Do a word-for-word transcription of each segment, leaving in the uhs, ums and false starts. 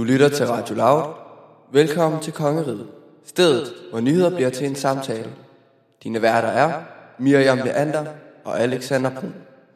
lytter til Radio Loud. Velkommen til Kongeriget, stedet hvor nyheder bliver til en samtale. Dine værter er Miriam Leander og Alexander Brun.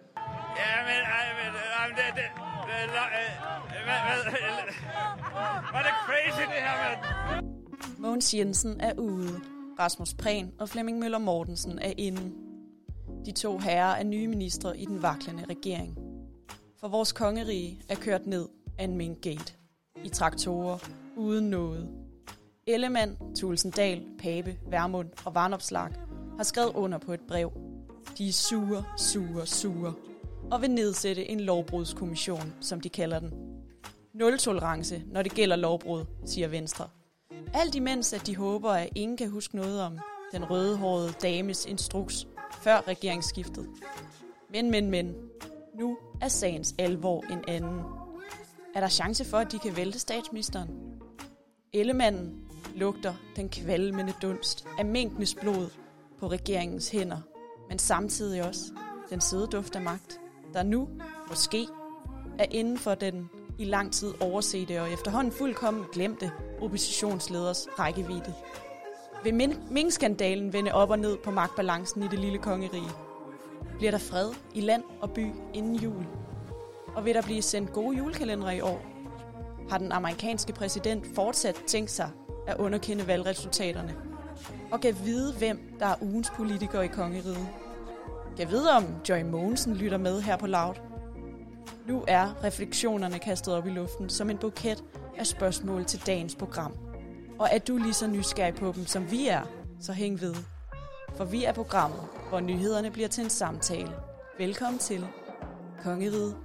Mogens Jensen er ude. Rasmus Prehn og Flemming Møller Mortensen er inde. De to herrer er nye ministre i den vaklende regering. For vores kongerige er kørt ned af en minkgate. I traktorer, uden noget. Ellemann, Thulesen Dahl, Pape, Vermund og Varnopslag har skrevet under på et brev. De er sure, sure, sure. Og vil nedsætte en lovbrudskommission, som de kalder den. Nul tolerance, når det gælder lovbrud, siger Venstre. Alt imens, at de håber, at ingen kan huske noget om den rødhårede dames instruks før regeringsskiftet. Men, men, men. Nu er sagens alvor en anden. Er der chance for, at de kan vælte statsministeren? Ellemanden lugter den kvalmende dunst af minkenes blod på regeringens hænder, men samtidig også den søde duft af magt, der nu, måske, er inden for den i lang tid oversete og efterhånden fuldkommen glemte oppositionsleders rækkevidde. Vil minkskandalen vende op og ned på magtbalancen i det lille kongerige? Bliver der fred i land og by inden jul? Og vil der blive sendt gode julekalendere i år? Har den amerikanske præsident fortsat tænkt sig at underkende valgresultaterne? Og kan vide, hvem der er ugens politikere i kongeriget? Kan vide, om Joy Mogensen lytter med her på Loud? Nu er refleksionerne kastet op i luften som en buket af spørgsmål til dagens program. Og er du lige så nysgerrig på dem, som vi er, så hæng ved. For vi er programmet, hvor nyhederne bliver til en samtale. Velkommen til Kongeriget.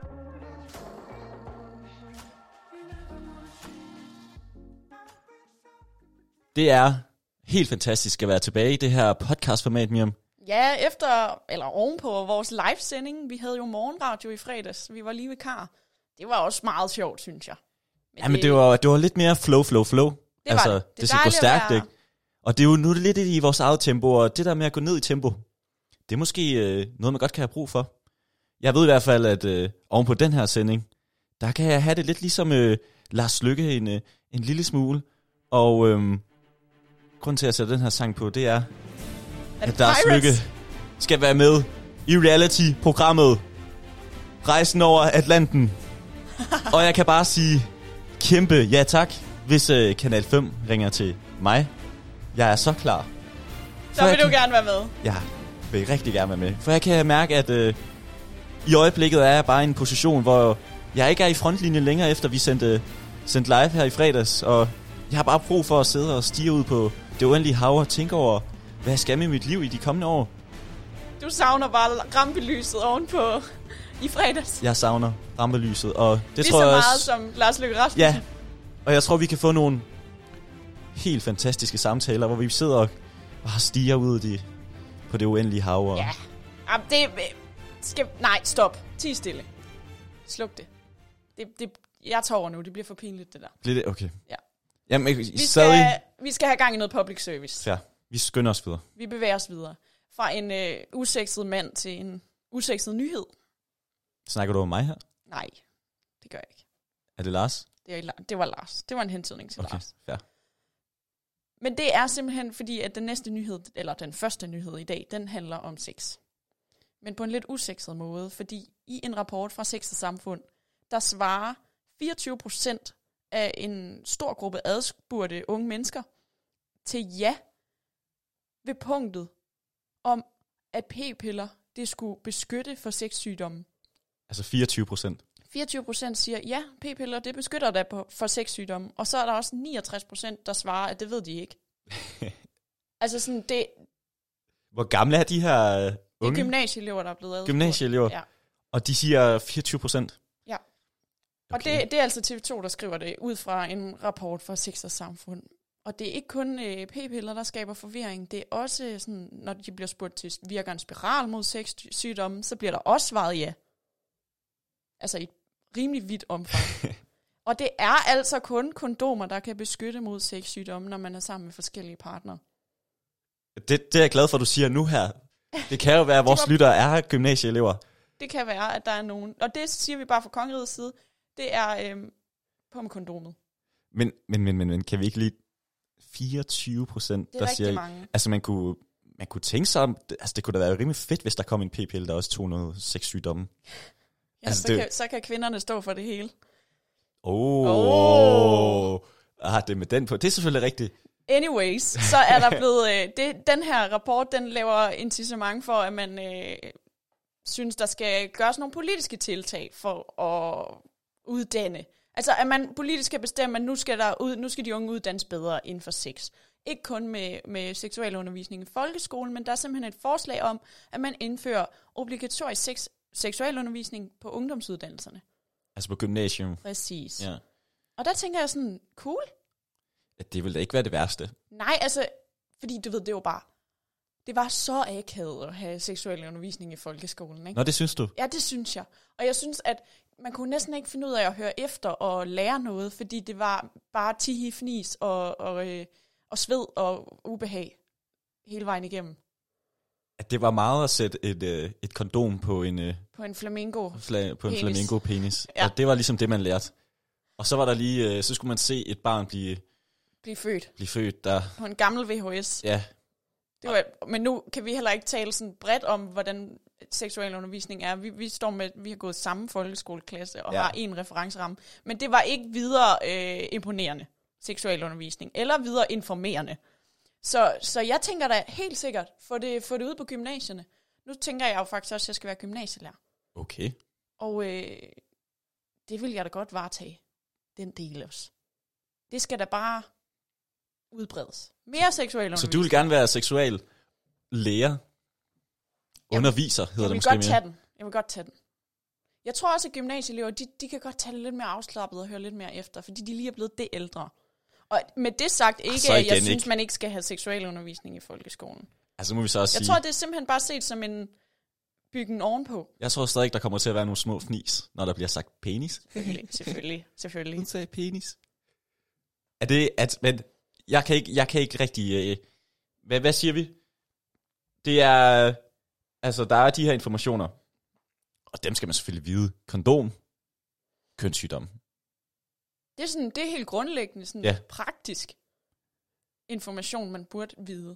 Det er helt fantastisk at være tilbage i det her podcastformat, Miriam. Ja, efter, eller ovenpå vores livesending. Vi havde jo morgenradio i fredags. Vi var lige vikar. Det var også meget sjovt, synes jeg. Men ja, men det, det, var, det var lidt mere flow, flow, flow. Det altså, var det. Det, det skal gå stærkt, ikke? Og det er jo nu lidt i vores eget tempo, og det der med at gå ned i tempo, det er måske øh, noget, man godt kan have brug for. Jeg ved i hvert fald, at øh, ovenpå den her sending, der kan jeg have det lidt ligesom øh, Lars Løkke en, øh, en lille smule. Og øh, grunden til at sætte den her sang på, det er, at Lars Løkke skal være med i reality-programmet Rejsen over Atlanten. Og jeg kan bare sige kæmpe ja tak, hvis øh, Kanal fem ringer til mig. Jeg er så klar. Så vil du kan... gerne være med. Ja, vil rigtig gerne være med. For jeg kan mærke, at øh, i øjeblikket er jeg bare i en position, hvor jeg ikke er i frontlinjen længere, efter vi sendte, sendte live her i fredags. Og jeg har bare brug for at sidde og stige ud på det uendelige hav og tænke over, hvad jeg skal med mit liv i de kommende år. Du savner bare rampelyset ovenpå i fredags. Jeg savner rampelyset, og det Lige tror så jeg meget også, som Lars Løkke Rasmussen. Ja, og jeg tror, vi kan få nogle helt fantastiske samtaler, hvor vi sidder og bare stiger ud i, på det uendelige hav. Og... Ja, jamen, det skal... Nej, stop. Tig stille. Sluk det. det, det jeg tager over nu. Det bliver for pinligt, det der. Bliver det? Okay. Ja. Jamen, vi, skal, stadig... vi skal have gang i noget public service. Ja, vi skynder os videre. Vi bevæger os videre. Fra en øh, usekset mand til en usekset nyhed. Snakker du om mig her? Nej, det gør jeg ikke. Er det Lars? Det, er, det var Lars. Det var en hentydning til okay, Lars. Fair. Men det er simpelthen fordi, at den næste nyhed, eller den første nyhed i dag, den handler om sex. Men på en lidt usekset måde, fordi i en rapport fra Sex og Samfund, der svarer fireogtyve procent af en stor gruppe adspurgte unge mennesker til ja ved punktet om, at p-piller, det skulle beskytte for sexsygdomme. Altså fireogtyve procent? fireogtyve procent siger, ja, p-piller, det beskytter da på, for sexsygdomme. Og så er der også niogtres procent, der svarer, at det ved de ikke. Altså sådan, det... Hvor gamle er de her unge? Det er gymnasieelever, der er blevet adspurgt. Gymnasieelever? Ja. Og de siger fireogtyve procent? Ja. Okay. Og det, det er altså T V to, der skriver det, ud fra en rapport fra Sex og Samfund. Og det er ikke kun øh, p-piller, der skaber forvirring. Det er også sådan, når de bliver spurgt til, virker en spiral mod sexsygdomme, så bliver der også svaret ja. Altså i et rimelig vidt omfang. Og det er altså kun kondomer, der kan beskytte mod sexsygdomme, når man er sammen med forskellige partnere. Det, det er jeg glad for, at du siger nu her. Det kan jo være, at vores var... lyttere er gymnasieelever. Det kan være, at der er nogen. Og det siger vi bare fra kongerigets side. Det er, øhm, på med kondomet. Men, men, men, men, men kan vi ikke lige fireogtyve procent, Det er der rigtig siger... mange. Altså, man kunne, man kunne tænke sig om... Altså, det kunne da være rimelig fedt, hvis der kom en p-pille, der også tog noget sexsygdomme. Ja, altså, så, det... kan, så kan kvinderne stå for det hele. Åh... Oh. Oh. Ah, det er med den på. Det er selvfølgelig rigtigt. Anyways, så er der blevet... Øh, det, den her rapport, den laver incitament for, at man øh, synes, der skal gøres nogle politiske tiltag for at uddanne. Altså, at man politisk kan bestemme, at nu skal, der ud, nu skal de unge uddannes bedre inden for sex. Ikke kun med, med seksualundervisning i folkeskolen, men der er simpelthen et forslag om, at man indfører obligatorisk sex, seksualundervisning på ungdomsuddannelserne. Altså på gymnasium. Præcis. Ja. Og der tænker jeg sådan, cool. Ja, det vil da ikke være det værste. Nej, altså, fordi du ved, det var bare, det var så akavet at have seksuel undervisning i folkeskolen, ikke? Nå, det synes du? Ja, det synes jeg. Og jeg synes, at man kunne næsten ikke finde ud af at høre efter og lære noget, fordi det var bare tihi fnis og, og, øh, og sved og ubehag hele vejen igennem. At det var meget at sætte et, øh, et kondom på en, øh, På en flamingo. fla- på en Penis. flamingo-penis. Ja. Og det var ligesom det, man lærte. Og så var der lige, øh, så skulle man se et barn blive, Blive født blive født, der... på en gammel V H S. Ja, Det var, men nu kan vi heller ikke tale sådan bredt om, hvordan seksuel undervisning er. Vi, vi står med, vi har gået samme folkeskoleklasse og Ja. ja. har en referenceramme. Men det var ikke videre øh, imponerende, seksuel undervisning, eller videre informerende. Så, så jeg tænker da helt sikkert, få det, få det ud på gymnasierne. Nu tænker jeg jo faktisk også, at jeg skal være gymnasielærer. okay. Og øh, det vil jeg da godt varetage, den del også. Det skal da bare udbredes. Mere seksuel undervisning. Så du vil gerne være seksuel lærer? Jeg- Underviser hedder Jeg det vil måske godt mere. tage den. Jeg vil godt tage den. Jeg tror også, at gymnasieelever, de, de kan godt tage det lidt mere afslappet og høre lidt mere efter, fordi de lige er blevet det ældre. Og med det sagt ikke, så at jeg igen synes, ikke. man ikke skal have seksuel undervisning i folkeskolen. Altså må vi så også Jeg sige, tror, det er simpelthen bare set som en byggen ovenpå. jeg tror stadig, der kommer til at være nogle små fnis, når der bliver sagt penis. Selvfølgelig, selvfølgelig, selvfølgelig. Hun sagde penis. Er det, at, men jeg kan ikke, jeg kan ikke rigtig, øh, hvad, hvad siger vi? Det er, altså der er de her informationer, og dem skal man selvfølgelig vide. Kondom, kønssygdom. Det er, sådan, det er helt grundlæggende sådan Ja. praktisk information, man burde vide.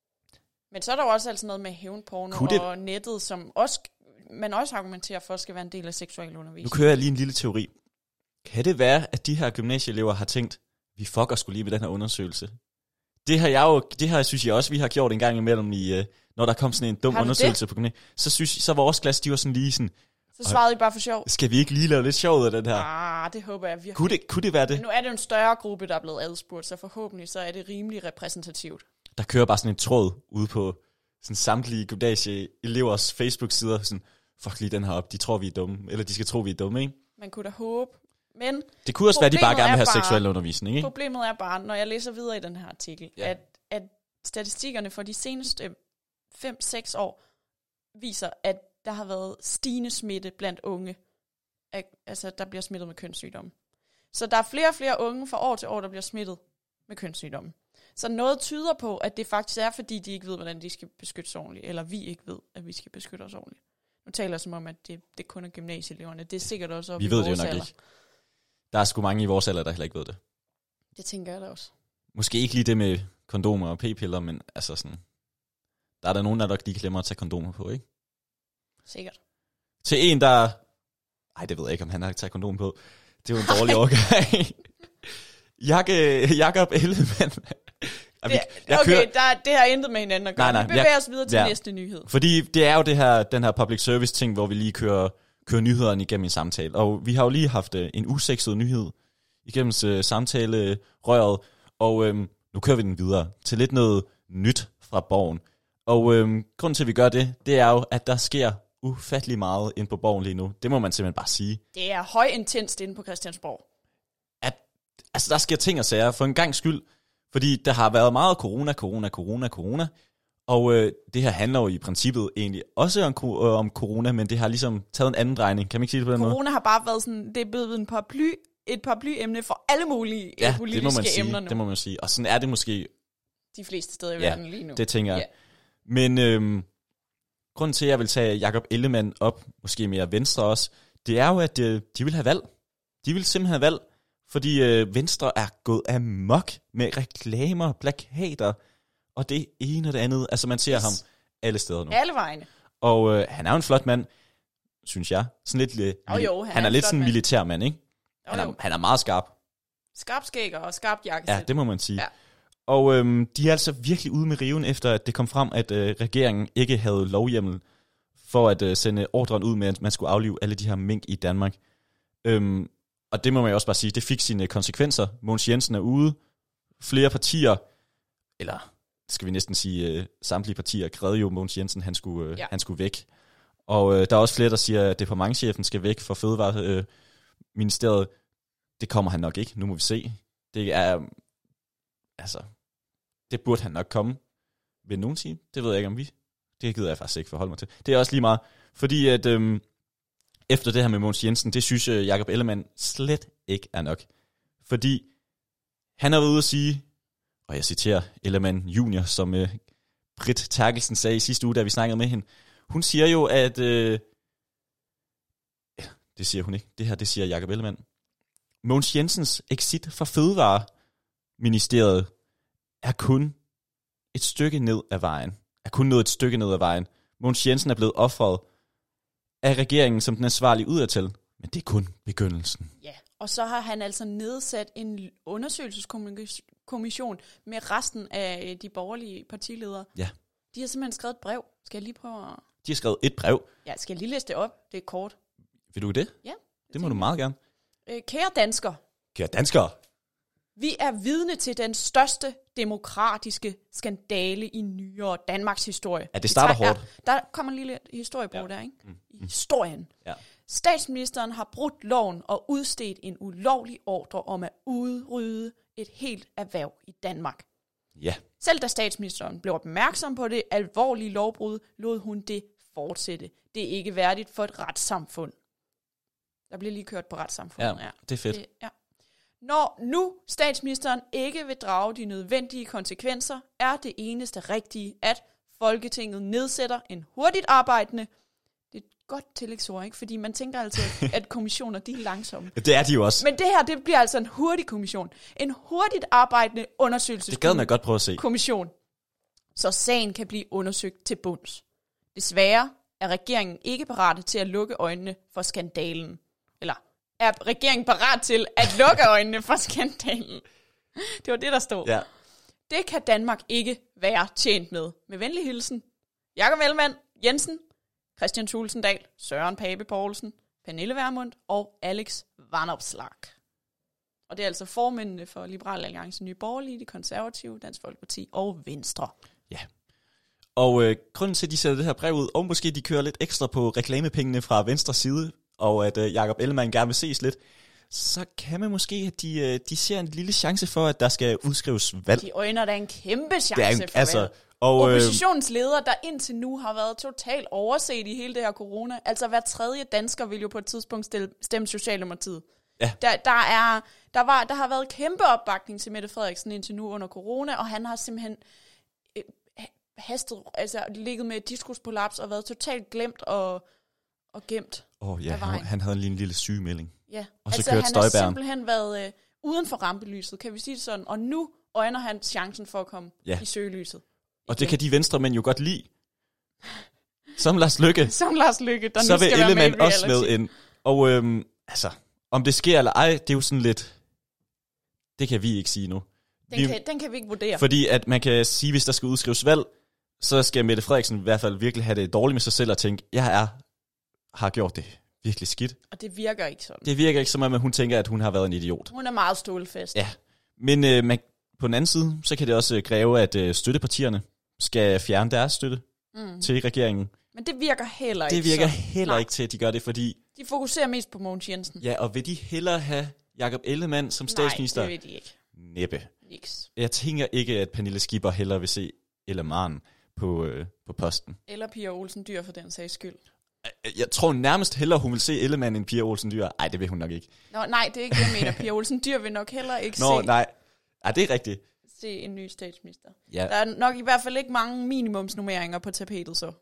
Men så er der jo også altså noget med hævnporno Kunne det- og nettet, som også, man også argumenterer for, skal være en del af seksuel Nu undervisning. kører jeg lige en lille teori. Kan det være, at de her gymnasieelever har tænkt, vi fucker skulle lige med den her undersøgelse? Det har jeg jo, det her synes jeg også, vi har gjort en gang imellem, i, uh, når der kom sådan en dum Har du undersøgelse på gymnasiet. Så, synes, så var vores klasse, de var sådan lige sådan, Så svarede I bare for sjov. skal vi ikke lige lave lidt sjov ud af den her? Ah, det håber jeg virkelig. Kunne det, kunne det være det? Men nu er det jo en større gruppe, der er blevet adspurgt, så forhåbentlig så er det rimelig repræsentativt. Der kører bare sådan en tråd ude på sådan samtlige gymnasieelevers Facebook-sider, sådan, fuck lige den her op, de tror vi er dumme, eller de skal tro vi er dumme, ikke? Man kunne da håbe. Men Det kunne også være, at de bare Problemet gerne vil er have bare- seksuel undervisning, ikke? problemet er bare, når jeg læser videre i den her artikel, Ja. ja. at, at statistikkerne for de seneste fem seks år viser, at der har været stigende smitte blandt unge. At, altså, der bliver smittet med kønssygdomme. Så der er flere og flere unge fra år til år, der bliver smittet med kønssygdomme. Så noget tyder på, at det faktisk er, fordi de ikke ved, hvordan de skal beskytte sig ordentligt, eller vi ikke ved, at vi skal beskytte os ordentligt. Nu taler jeg som om, at det, det kun er gymnasieeleverne. Det er sikkert også op Vi i ved det jo vores nok alder. ikke. Der er sgu mange i vores alder, der heller ikke ved det. Det tænker jeg da også. Måske ikke lige det med kondomer og p-piller, men altså sådan, der er der nogen, der nok lige glemmer at tage kondomer på, ikke? Sikkert. Til en, der... Ej, det ved jeg ikke, om han har taget kondom på. Det er jo en dårlig overgang. Jakke, Jakob Ellemann. Det, okay, kører- der, det har intet med hinanden at gøre. Nej, nej, Vi bevæger jeg- os videre til ja. næste nyhed. Fordi det er jo det her, den her public service ting, hvor vi lige kører, kører nyhederne igennem en samtale. Og vi har jo lige haft øh, en usekset nyhed igennem øh, samtalerøret. Og øh, nu kører vi den videre til lidt noget nyt fra Borgen. Og øh, grunden til, at vi gør det, det er jo, at der sker ufattelig meget ind på Borgen lige nu. Det må man simpelthen bare sige. Det er højintenst inde på Christiansborg. At, altså, der sker ting og sager for en gang skyld. Fordi der har været meget corona, corona, corona, corona. Og øh, det her handler jo i princippet egentlig også om, øh, om corona, men det har ligesom taget en anden drejning. Kan man ikke sige det på den måde? Corona har bare været sådan, det er blevet en paraply, et paraplyemne for alle mulige Ja, politiske det må man sige. emner nu. Det må man sige. Og sådan er det måske, De fleste steder i Ja, verden lige nu. det tænker jeg. Ja. Men øhm, grunden til, at jeg vil tage Jakob Ellemann op, måske mere venstre også, det er jo, at øh, de vil have valg. De vil simpelthen have valg Fordi øh, Venstre er gået amok med reklamer, plakater, og det ene og det andet. Altså man ser yes. ham alle steder nu. Alle vegne. Og øh, han er jo en flot mand, synes jeg. Sådan lidt, øh, oh, jo, han, han er, er lidt sådan en militær mand, ikke? Han er, han er meget skarp. Skarp skæg og skarpt jakkesæt. Ja, det må man sige. Ja. Og øhm, de er altså virkelig ude med riven, efter at det kom frem, at øh, regeringen ikke havde lovhjemmel for at øh, sende ordren ud med, at man skulle aflive alle de her mink i Danmark. Øhm, og det må man jo også bare sige, det fik sine konsekvenser. Mogens Jensen er ude. Flere partier, eller skal vi næsten sige, øh, samtlige partier krævede jo Mogens Jensen, han skulle, øh, ja. han skulle væk. Og øh, der er også flere, der siger, at departementschefen skal væk fra Fødevareministeriet. Øh, det kommer han nok ikke, nu må vi se. Det er, altså, det burde han nok komme. Vil nogen sige? Det ved jeg ikke, om vi... Det gider jeg faktisk ikke forholde mig til. Det er også lige meget, fordi at øhm, efter det her med Mogens Jensen, det synes øh, Jakob Ellemann slet ikke er nok. Fordi han har været ude at sige, og jeg citerer Ellemann junior, som øh, Britt Terkelsen sagde i sidste uge, da vi snakkede med hende. Hun siger jo, at... Øh, ja, det siger hun ikke. Det her, det siger Jakob Ellemann. Mogens Jensens exit fra Fødevareministeriet er kun et stykke ned ad vejen. Er kun nået et stykke ned ad vejen. Mogens Jensen er blevet offret af regeringen som den ansvarlige udadtil. Men det er kun begyndelsen. Ja, og så har han altså nedsat en undersøgelseskommission med resten af de borgerlige partiledere. Ja. De har simpelthen skrevet et brev. Skal jeg lige prøve at... De har skrevet et brev. Ja, skal jeg lige læse det op? Det er kort. Vil du det? Ja. Det må du meget gerne. Øh, kære dansker. Kære danskere. Vi er vidne til den største demokratiske skandale i nyere Danmarks historie. Ja, det starter tager, hårdt. Ja, der kommer en lille historiebog ja. der, ikke? Mm. I historien. Ja. Statsministeren har brudt loven og udstedt en ulovlig ordre om at udrydde et helt erhverv i Danmark. Ja. Selv da statsministeren blev opmærksom på det alvorlige lovbrud, lod hun det fortsætte. Det er ikke værdigt for et retssamfund. Der bliver lige kørt på retssamfundet. Ja, det er fedt. Det, ja. Når nu statsministeren ikke vil drage de nødvendige konsekvenser, er det eneste rigtige, at Folketinget nedsætter en hurtigt arbejdende... Det er et godt tillægsord, ikke? Fordi man tænker altid, at kommissioner, de er langsomme. Det er de jo også. Men det her, det bliver altså en hurtig kommission. En hurtigt arbejdende undersøgelseskommission. Det gad man godt prøve at se. Kommission. Så sagen kan blive undersøgt til bunds. Desværre er regeringen ikke parat til at lukke øjnene for skandalen. Eller er regeringen parat til at lukke øjnene for skandalen? Det var det, der stod. Ja. Det kan Danmark ikke være tjent med. Med venlig hilsen, Jakob Ellemann Jensen, Christian Thulesen Dahl, Søren Pape Poulsen, Pernille Vermund og Alex Vanopslagh. Og det er altså formændene for Liberal Alliance, Nye Borgerlige, De Konservative, Dansk Folkeparti og Venstre. Ja. Og øh, grunden til, at de sætter det her brev ud, og måske de kører lidt ekstra på reklamepengene fra Venstres side, og at øh, Jakob Ellemann gerne vil ses lidt, så kan man måske, at de, øh, de ser en lille chance for, at der skal udskrives valg. De øjner da en kæmpe chance det er en, for altså, valg. Og, Oppositionens leder, der indtil nu har været totalt overset i hele det her corona. Altså hver tredje dansker vil jo på et tidspunkt stemme Socialdemokratiet. Ja. Der, der, er, der, var, der har været kæmpe opbakning til Mette Frederiksen indtil nu under corona, og han har simpelthen øh, hastet, altså ligget med et diskusprolaps og været totalt glemt og, og gemt. Åh oh, ja, han, han havde lige en lille sygemelding. Ja, og så altså kørte han Støjberg. har simpelthen været øh, uden for rampelyset, kan vi sige det sådan, og nu øjner han chancen for at komme ja. i søgelyset. Og det kan de venstremænd jo godt lide. Som Lars Løkke. Som Lars Løkke, der så nu skal være med i Ellemann også med ind. Og øhm, altså, om det sker eller ej, det er jo sådan lidt... Det kan vi ikke sige nu. Den, vi, kan, den kan vi ikke vurdere. Fordi at man kan sige, hvis der skal udskrives valg, så skal Mette Frederiksen i hvert fald virkelig have det dårligt med sig selv og tænke, jeg er, har gjort det virkelig skidt. Og det virker ikke sådan. Det virker ikke som om, at hun tænker, at hun har været en idiot. Hun er meget stålfast. Ja, men øh, man, på den anden side, så kan det også kræve, at øh, støttepartierne skal fjerne deres støtte mm. til regeringen. Men det virker heller ikke Det virker så. heller Nej. ikke til, at de gør det, fordi... De fokuserer mest på Mogens Jensen. Ja, og vil de hellere have Jakob Ellemann som statsminister? Nej, det vil de ikke. Næppe. Niks. Jeg tænker ikke, at Pernille Skipper hellere vil se Ellemann på, øh, på posten. Eller Pia Olsen Dyr for den sags skyld. Jeg tror nærmest hellere, hun vil se Ellemann end Pia Olsen Dyr. Ej, det vil hun nok ikke. Nå, nej, det er ikke det, jeg mener. Pia Olsen Dyr vil nok heller ikke Nå, se... nej. Ej, det er rigtigt. Se en ny statsminister. Ja. Der er nok i hvert fald ikke mange minimumsnummeringer på tapetet, så.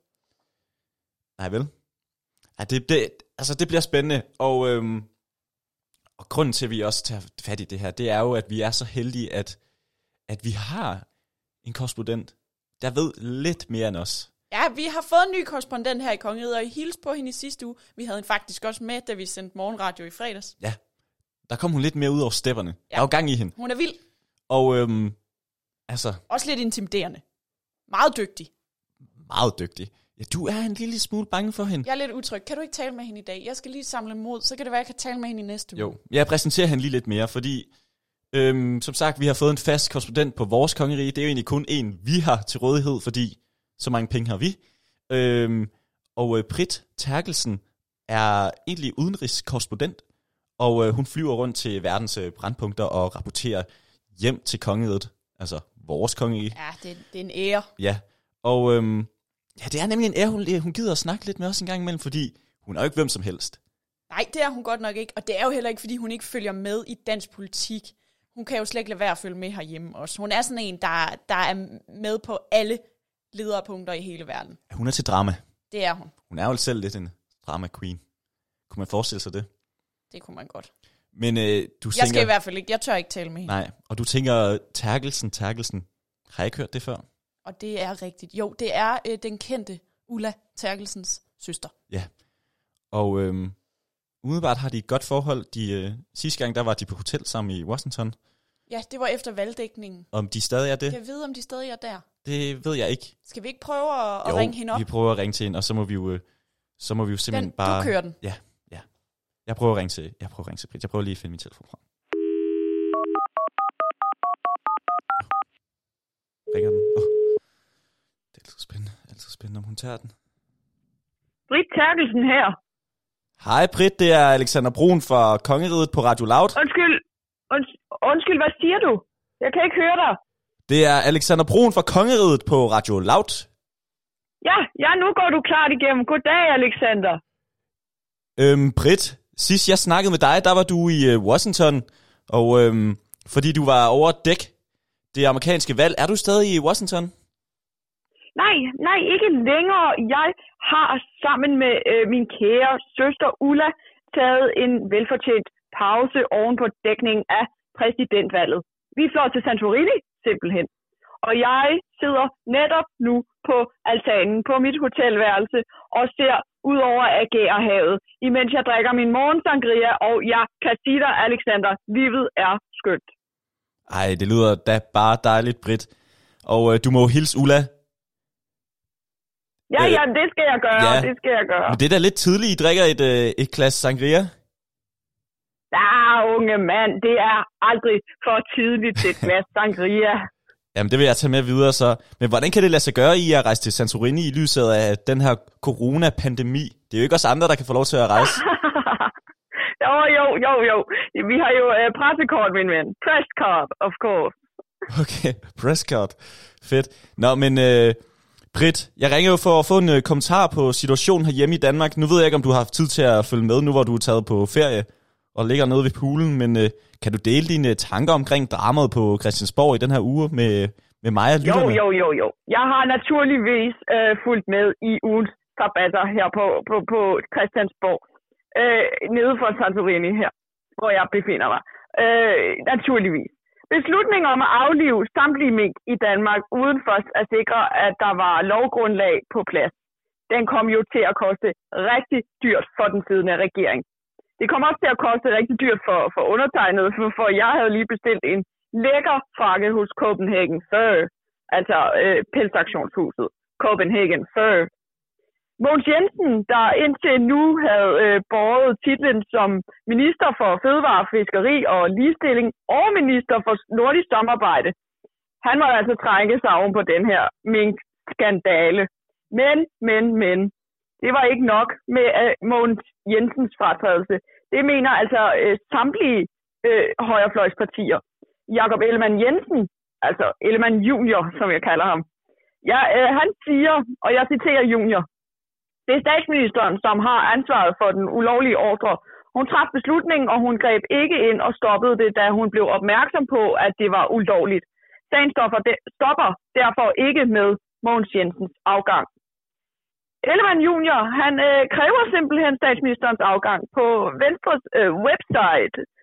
Nej, vel? Ja, det, det, altså, det bliver spændende. Og, øhm, Og grunden til, at vi også tager fat i det her, det er jo, at vi er så heldige, at, at vi har en korrespondent, der ved lidt mere end os. Ja, vi har fået en ny korrespondent her i Kongeriget, og I hilste på hende i sidste uge. Vi havde hende faktisk også med, da vi sendte morgenradio i fredags. Ja, der kom hun lidt mere ud over stepperne. Ja. Der var gang i hende. Hun er vild. Og øhm, altså... Også lidt intimiderende. Meget dygtig. Meget dygtig. Ja, du er en lille smule bange for hende. Jeg er lidt utryg. Kan du ikke tale med hende i dag? Jeg skal lige samle mod, så kan det være, at jeg kan tale med hende i næste uge. Jo, jeg præsenterer hende lige lidt mere, fordi... Øhm, som sagt, vi har fået en fast korrespondent på vores kongerige. Det er jo egentlig kun en, vi har til rådighed, fordi så mange penge har vi. Øhm, og øh, Britt Terkelsen er egentlig udenrigskorrespondent, og øh, hun flyver rundt til verdens øh, brandpunkter og rapporterer hjem til kongeriget, altså vores kongerige. Ja, det, det er en ære. Ja, og øhm, ja, det er nemlig en ære, hun, hun gider at snakke lidt med os en gang imellem, fordi hun er jo ikke hvem som helst. Nej, det er hun godt nok ikke, og det er jo heller ikke, fordi hun ikke følger med i dansk politik. Hun kan jo slet ikke lade være at følge med herhjemme også. Hun er sådan en, der, der er med på alle lederpunkter i hele verden. Hun er til drama. Det er hun. Hun er jo selv lidt en drama queen. Kunne man forestille sig det? Det kunne man godt. Men øh, du jeg tænker... Jeg skal i hvert fald ikke. Jeg tør ikke tale med hende. Nej, og du tænker, Terkelsen, Terkelsen. Har jeg ikke hørt det før? Og det er rigtigt. Jo, det er øh, den kendte Ulla Terkelsens søster. Ja, og øh, umiddelbart har de et godt forhold. De, øh, sidste gang, der var de på hotel sammen i Washington. Ja, det var efter valgdækningen. Om de stadig er det? Kan jeg vide, om de stadig er der? Det ved jeg ikke. Skal vi ikke prøve at, at jo, ringe hende op? vi prøver at ringe til hende, og så må vi jo, så må vi jo simpelthen den, bare... Du kører den. Ja, ja. Jeg prøver at ringe til, jeg prøver at ringe til Britt. Jeg prøver lige at finde min telefon frem. Ringer den? Oh. Det er altid spændende. Altid spændende, om hun tager den. Britt Terkelsen her. Hej Britt, det er Alexander Brun fra Kongeriget på Radio Loud. Undskyld. Und, undskyld, hvad siger du? Jeg kan ikke høre dig. Det er Alexander Brun fra Kongeriget på Radio Loud. Ja, ja, nu går du klart igennem. Goddag, Alexander. Øhm, Britt, sidst jeg snakkede med dig, der var du i uh, Washington, og øhm, fordi du var over at dække det amerikanske valg. Er du stadig i Washington? Nej, nej, ikke længere. Jeg har sammen med øh, min kære søster Ulla taget en velfortjent pause oven på dækningen af præsidentvalget. Vi flår til Santorini, simpelthen. Og jeg sidder netop nu på altanen på mit hotelværelse og ser ud over Agerhavet, imens jeg drikker min morgensangria, og jeg kan sige dig, Alexander, livet er skønt. Ej, det lyder da bare dejligt, Britt. Og øh, du må hilse Ulla. Ja, øh, ja, det skal jeg gøre, ja. det skal jeg gøre. Men det er da lidt tidligt, I drikker et, øh, et glas sangria. Ja, unge mand, det er aldrig for tidligt et glas sangria. Jamen, det vil jeg tage med videre så. Men hvordan kan det lade sig gøre, I at rejse til Santorini i lyset af den her coronapandemi? Det er jo ikke os andre, der kan få lov til at rejse. jo, jo, jo, jo. Vi har jo uh, pressekort, min ven. Presscard, of course. Okay, presscard. Fedt. Nå, men øh, Britt, jeg ringer jo for at få en øh, kommentar på situationen herhjemme i Danmark. Nu ved jeg ikke, om du har haft tid til at følge med, nu hvor du er taget på ferie og ligger nede ved poolen, men øh, kan du dele dine tanker omkring dramaet på Christiansborg i den her uge med, med mig og lytterne? Jo, jo, jo, jo. Jeg har naturligvis øh, fulgt med i ugens rabatter her på, på, på Christiansborg, øh, nede for Santorini her, hvor jeg befinder mig. Øh, naturligvis. Beslutningen om at aflive samtlige mink i Danmark uden først at sikre, at der var lovgrundlag på plads, den kom jo til at koste rigtig dyrt for den siddende regering. Det kommer også til at koste rigtig dyrt for, for undertegnet, for, for jeg havde lige bestilt en lækker frakke hos Copenhagen Fur, altså øh, pelsaktionshuset Copenhagen Fur. Mogens Jensen, der indtil nu havde øh, båret titlen som minister for fødevare, fiskeri og ligestilling og minister for nordisk samarbejde, han må altså trænge sig oven på den her mink-skandale. Men, men, men, det var ikke nok med øh, Mogens Jensens fratrædelse. Det mener altså øh, samtlige øh, højrefløjspartier. Jakob Ellemann-Jensen, altså Ellemann junior, som jeg kalder ham, ja, øh, han siger, og jeg citerer junior, det er statsministeren, som har ansvaret for den ulovlige ordre. Hun traf beslutningen, og hun greb ikke ind og stoppede det, da hun blev opmærksom på, at det var ulovligt. Sagen stopper derfor ikke med Mogens Jensens afgang. Ellemann junior, han øh, kræver simpelthen statsministerens afgang. På Venstres øh, website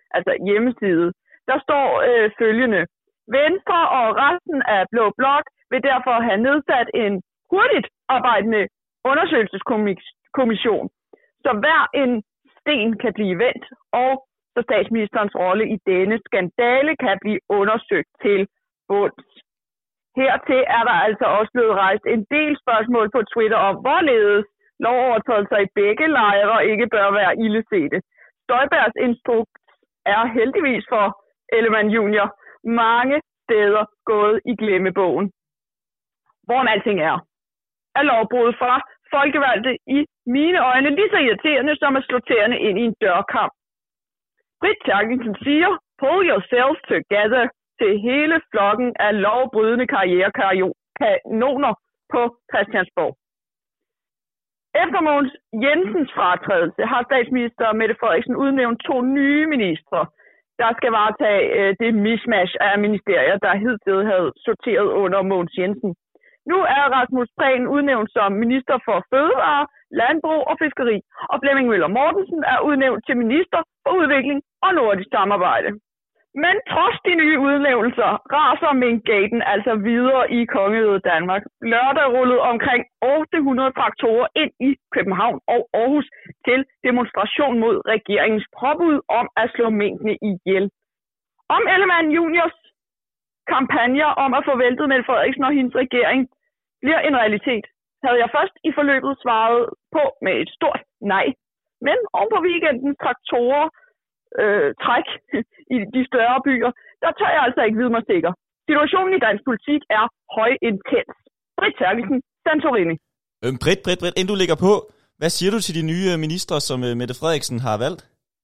altså hjemmeside, der står øh, følgende. Venstre og resten af Blå Blok vil derfor have nedsat en hurtigt arbejdende undersøgelseskommission, så hver en sten kan blive vendt, og så statsministerens rolle i denne skandale kan blive undersøgt til bunds. Hertil er der altså også blevet rejst en del spørgsmål på Twitter om, hvorledes lovovertrædelser i begge lejre ikke bør være ildesete. Støjbergs instruks er heldigvis for Ellemann junior mange steder gået i glemmebogen. Hvorom alting er, er lovbrud fra folkevalgte i mine øjne lige så irriterende som at slå tæerne ind i en dørkamp. Britt Terkelsen siger, pull yourselves together til hele flokken af lovbrydende karrierekanoner på Christiansborg. Efter Mogens Jensens fratrædelse har statsminister Mette Frederiksen udnævnt to nye ministre, der skal varetage øh, det mismatch af ministerier, der hidtil havde sorteret under Mogens Jensen. Nu er Rasmus Prehn udnævnt som minister for fødevare, landbrug og fiskeri, og Flemming Møller Mortensen er udnævnt til minister for udvikling og nordisk samarbejde. Men trods de nye udnævnelser raser minkgaten altså videre i kongeriget Danmark. Lørdag rullede omkring otte hundrede traktorer ind i København og Aarhus til demonstration mod regeringens påbud om at slå minkene ihjel. Om Ellemann juniors kampagner om at få væltet Mette Frederiksen og hendes regering bliver en realitet, havde jeg først i forløbet svaret på med et stort nej. Men oven på weekendens traktorer øh, træk i de større byer, der tør jeg altså ikke vide mig sikker. Situationen i dansk politik er højintens. Britt Terkelsen, Santorini. Øhm, Britt, Britt, Britt, inden du lægger på, hvad siger du til de nye ministre, som øh, Mette Frederiksen har valgt?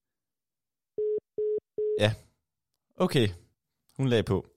Ja, okay. Hun lagde på.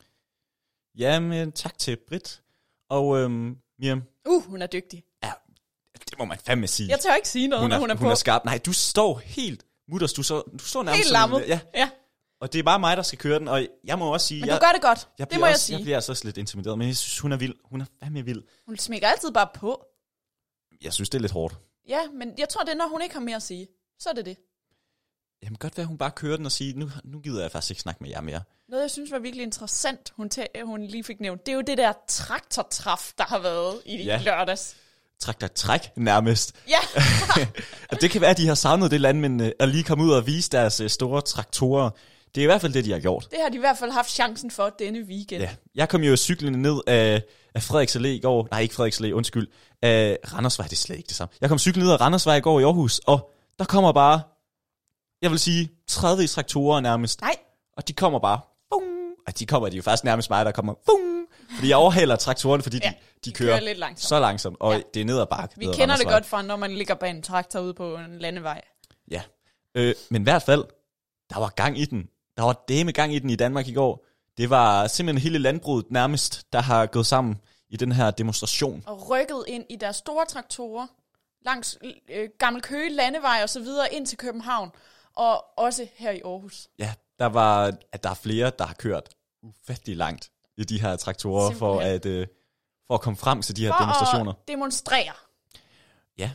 Jamen, tak til Britt. Og øhm, Miriam. Uh, hun er dygtig. Ja, det må man fandme sige. Jeg tør ikke sige noget, hun er, når hun er hun på. er skarp. Nej, du står helt mutters. Du, så, du står nærmest helt lammet. Ja. ja. Og det er bare mig, der skal køre den. Og jeg må også sige... Men jeg, du gør det godt. Jeg det må også, jeg sige. Jeg bliver altså også lidt intimideret, men jeg synes, hun er vild. Hun er fandme vild. Hun smækker altid bare på. Jeg synes, det er lidt hårdt. Ja, men jeg tror, det er, når hun ikke har mere at sige. Så er det det. Jamen godt være, at hun bare kører den og siger, nu, nu gider jeg faktisk ikke snakke med jer mere. Noget, jeg synes var virkelig interessant, hun, tæ- hun lige fik nævnt, det er jo det der traktortræf, der har været i ja. lørdags. Traktortræk nærmest. Ja. Det kan være, at de har savnet det landmænd at lige komme ud og vise deres store traktorer. Det er i hvert fald det, de har gjort. Det har de i hvert fald haft chancen for denne weekend. Ja. Jeg kom jo cyklende ned af, af Frederiks Allé i går. Nej, ikke Frederiks Allé, undskyld. Af Randersvej, det er slet ikke det samme. Jeg kom cyklende ned af Randersvej i går i Aarhus, og der kommer bare, jeg vil sige, tredive traktorer nærmest. Nej. Og de kommer bare, bung. Og de kommer, de er jo faktisk nærmest mig, der kommer, bung. Fordi jeg overhaler traktorerne, fordi ja, de, de, de kører, kører lidt langsomt. så langsomt, og ja. det er ned ad bakke. Vi kender det godt fra, når man ligger bag en traktor ude på en landevej. Ja, øh, men i hvert fald, der var gang i den. Der var dæme gang i den i Danmark i går. Det var simpelthen hele landbruget nærmest, der har gået sammen i den her demonstration. Og rykket ind i deres store traktorer, langs øh, Gammel Køge landevej og så videre ind til København, og også her i Aarhus. Ja, der var, at der er flere, der har kørt ufattelig langt i de her traktorer, for at, øh, for at komme frem til de her for demonstrationer. For at demonstrere. Ja,